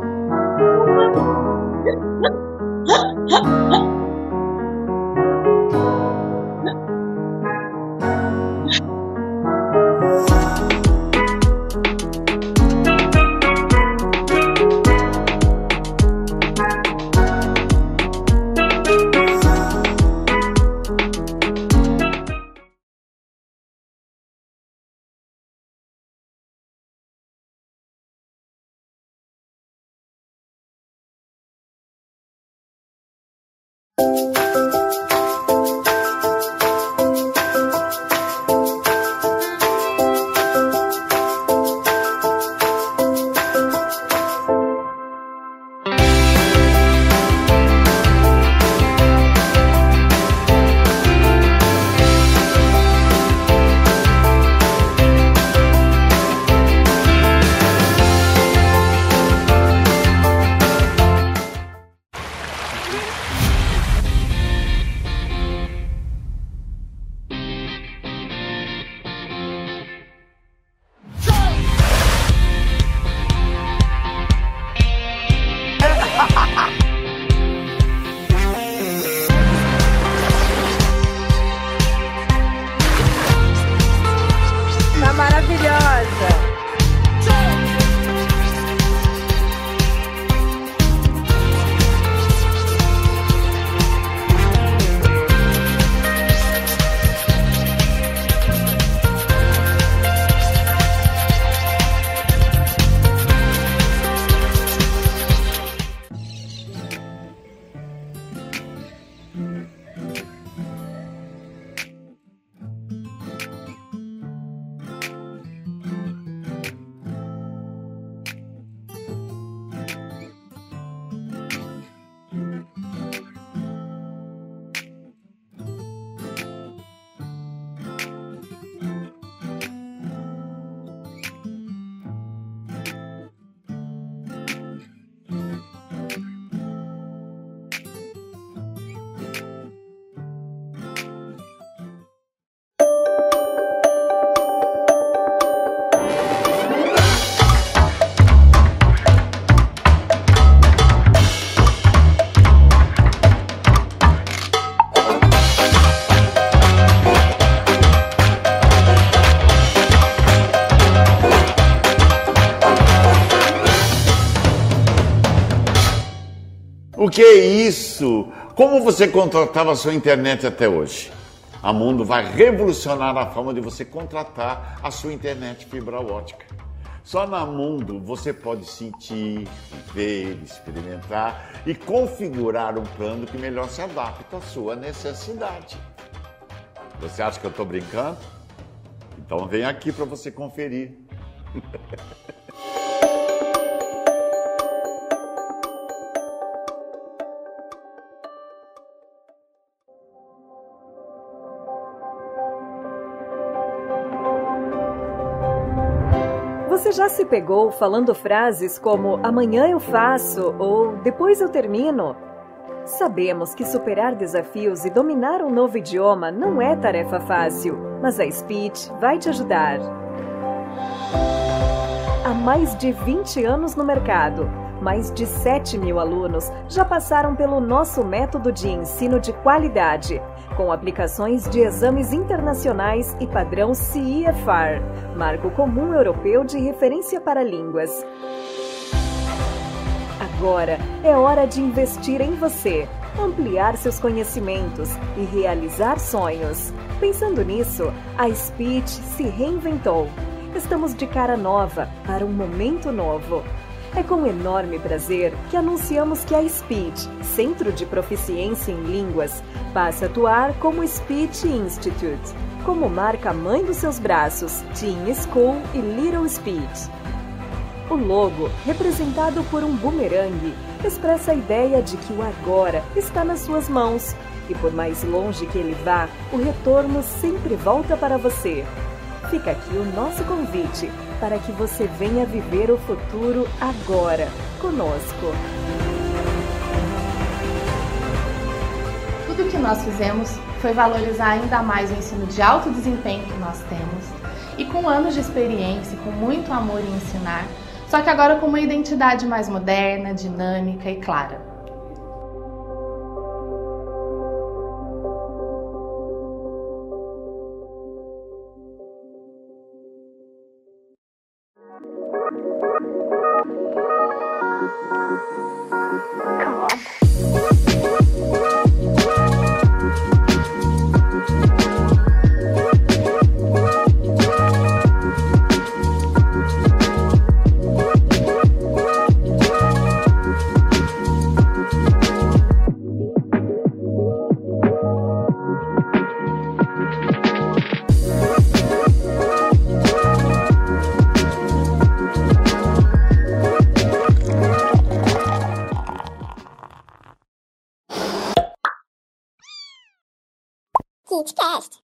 O que é isso? Como você contratava a sua internet até hoje? A Mundo vai revolucionar a forma de você contratar a sua internet fibra ótica. Só na Mundo você pode sentir, ver, experimentar e configurar um plano que melhor se adapta à sua necessidade. Você acha que eu estou brincando? Então vem aqui para você conferir. Você já se pegou falando frases como amanhã eu faço ou depois eu termino? Sabemos que superar desafios e dominar um novo idioma não é tarefa fácil, mas a Speech vai te ajudar. Há mais de vinte anos no mercado, mais de sete mil alunos já passaram pelo nosso método de ensino de qualidade, com aplicações de exames internacionais e padrão C E F R, Marco Comum Europeu de Referência para Línguas. Agora é hora de investir em você, ampliar seus conhecimentos e realizar sonhos. Pensando nisso, a Speech se reinventou. Estamos de cara nova para um momento novo. É com enorme prazer que anunciamos que a Speech, Centro de Proficiência em Línguas, passa a atuar como Speech Institute, como marca mãe dos seus braços, Teen School e Little Speech. O logo, representado por um bumerangue, expressa a ideia de que o agora está nas suas mãos e por mais longe que ele vá, o retorno sempre volta para você. Fica aqui o nosso convite para que você venha viver o futuro agora, conosco. Tudo o que nós fizemos foi valorizar ainda mais o ensino de alto desempenho que nós temos e com anos de experiência, com muito amor em ensinar, só que agora com uma identidade mais moderna, dinâmica e clara. KidCast.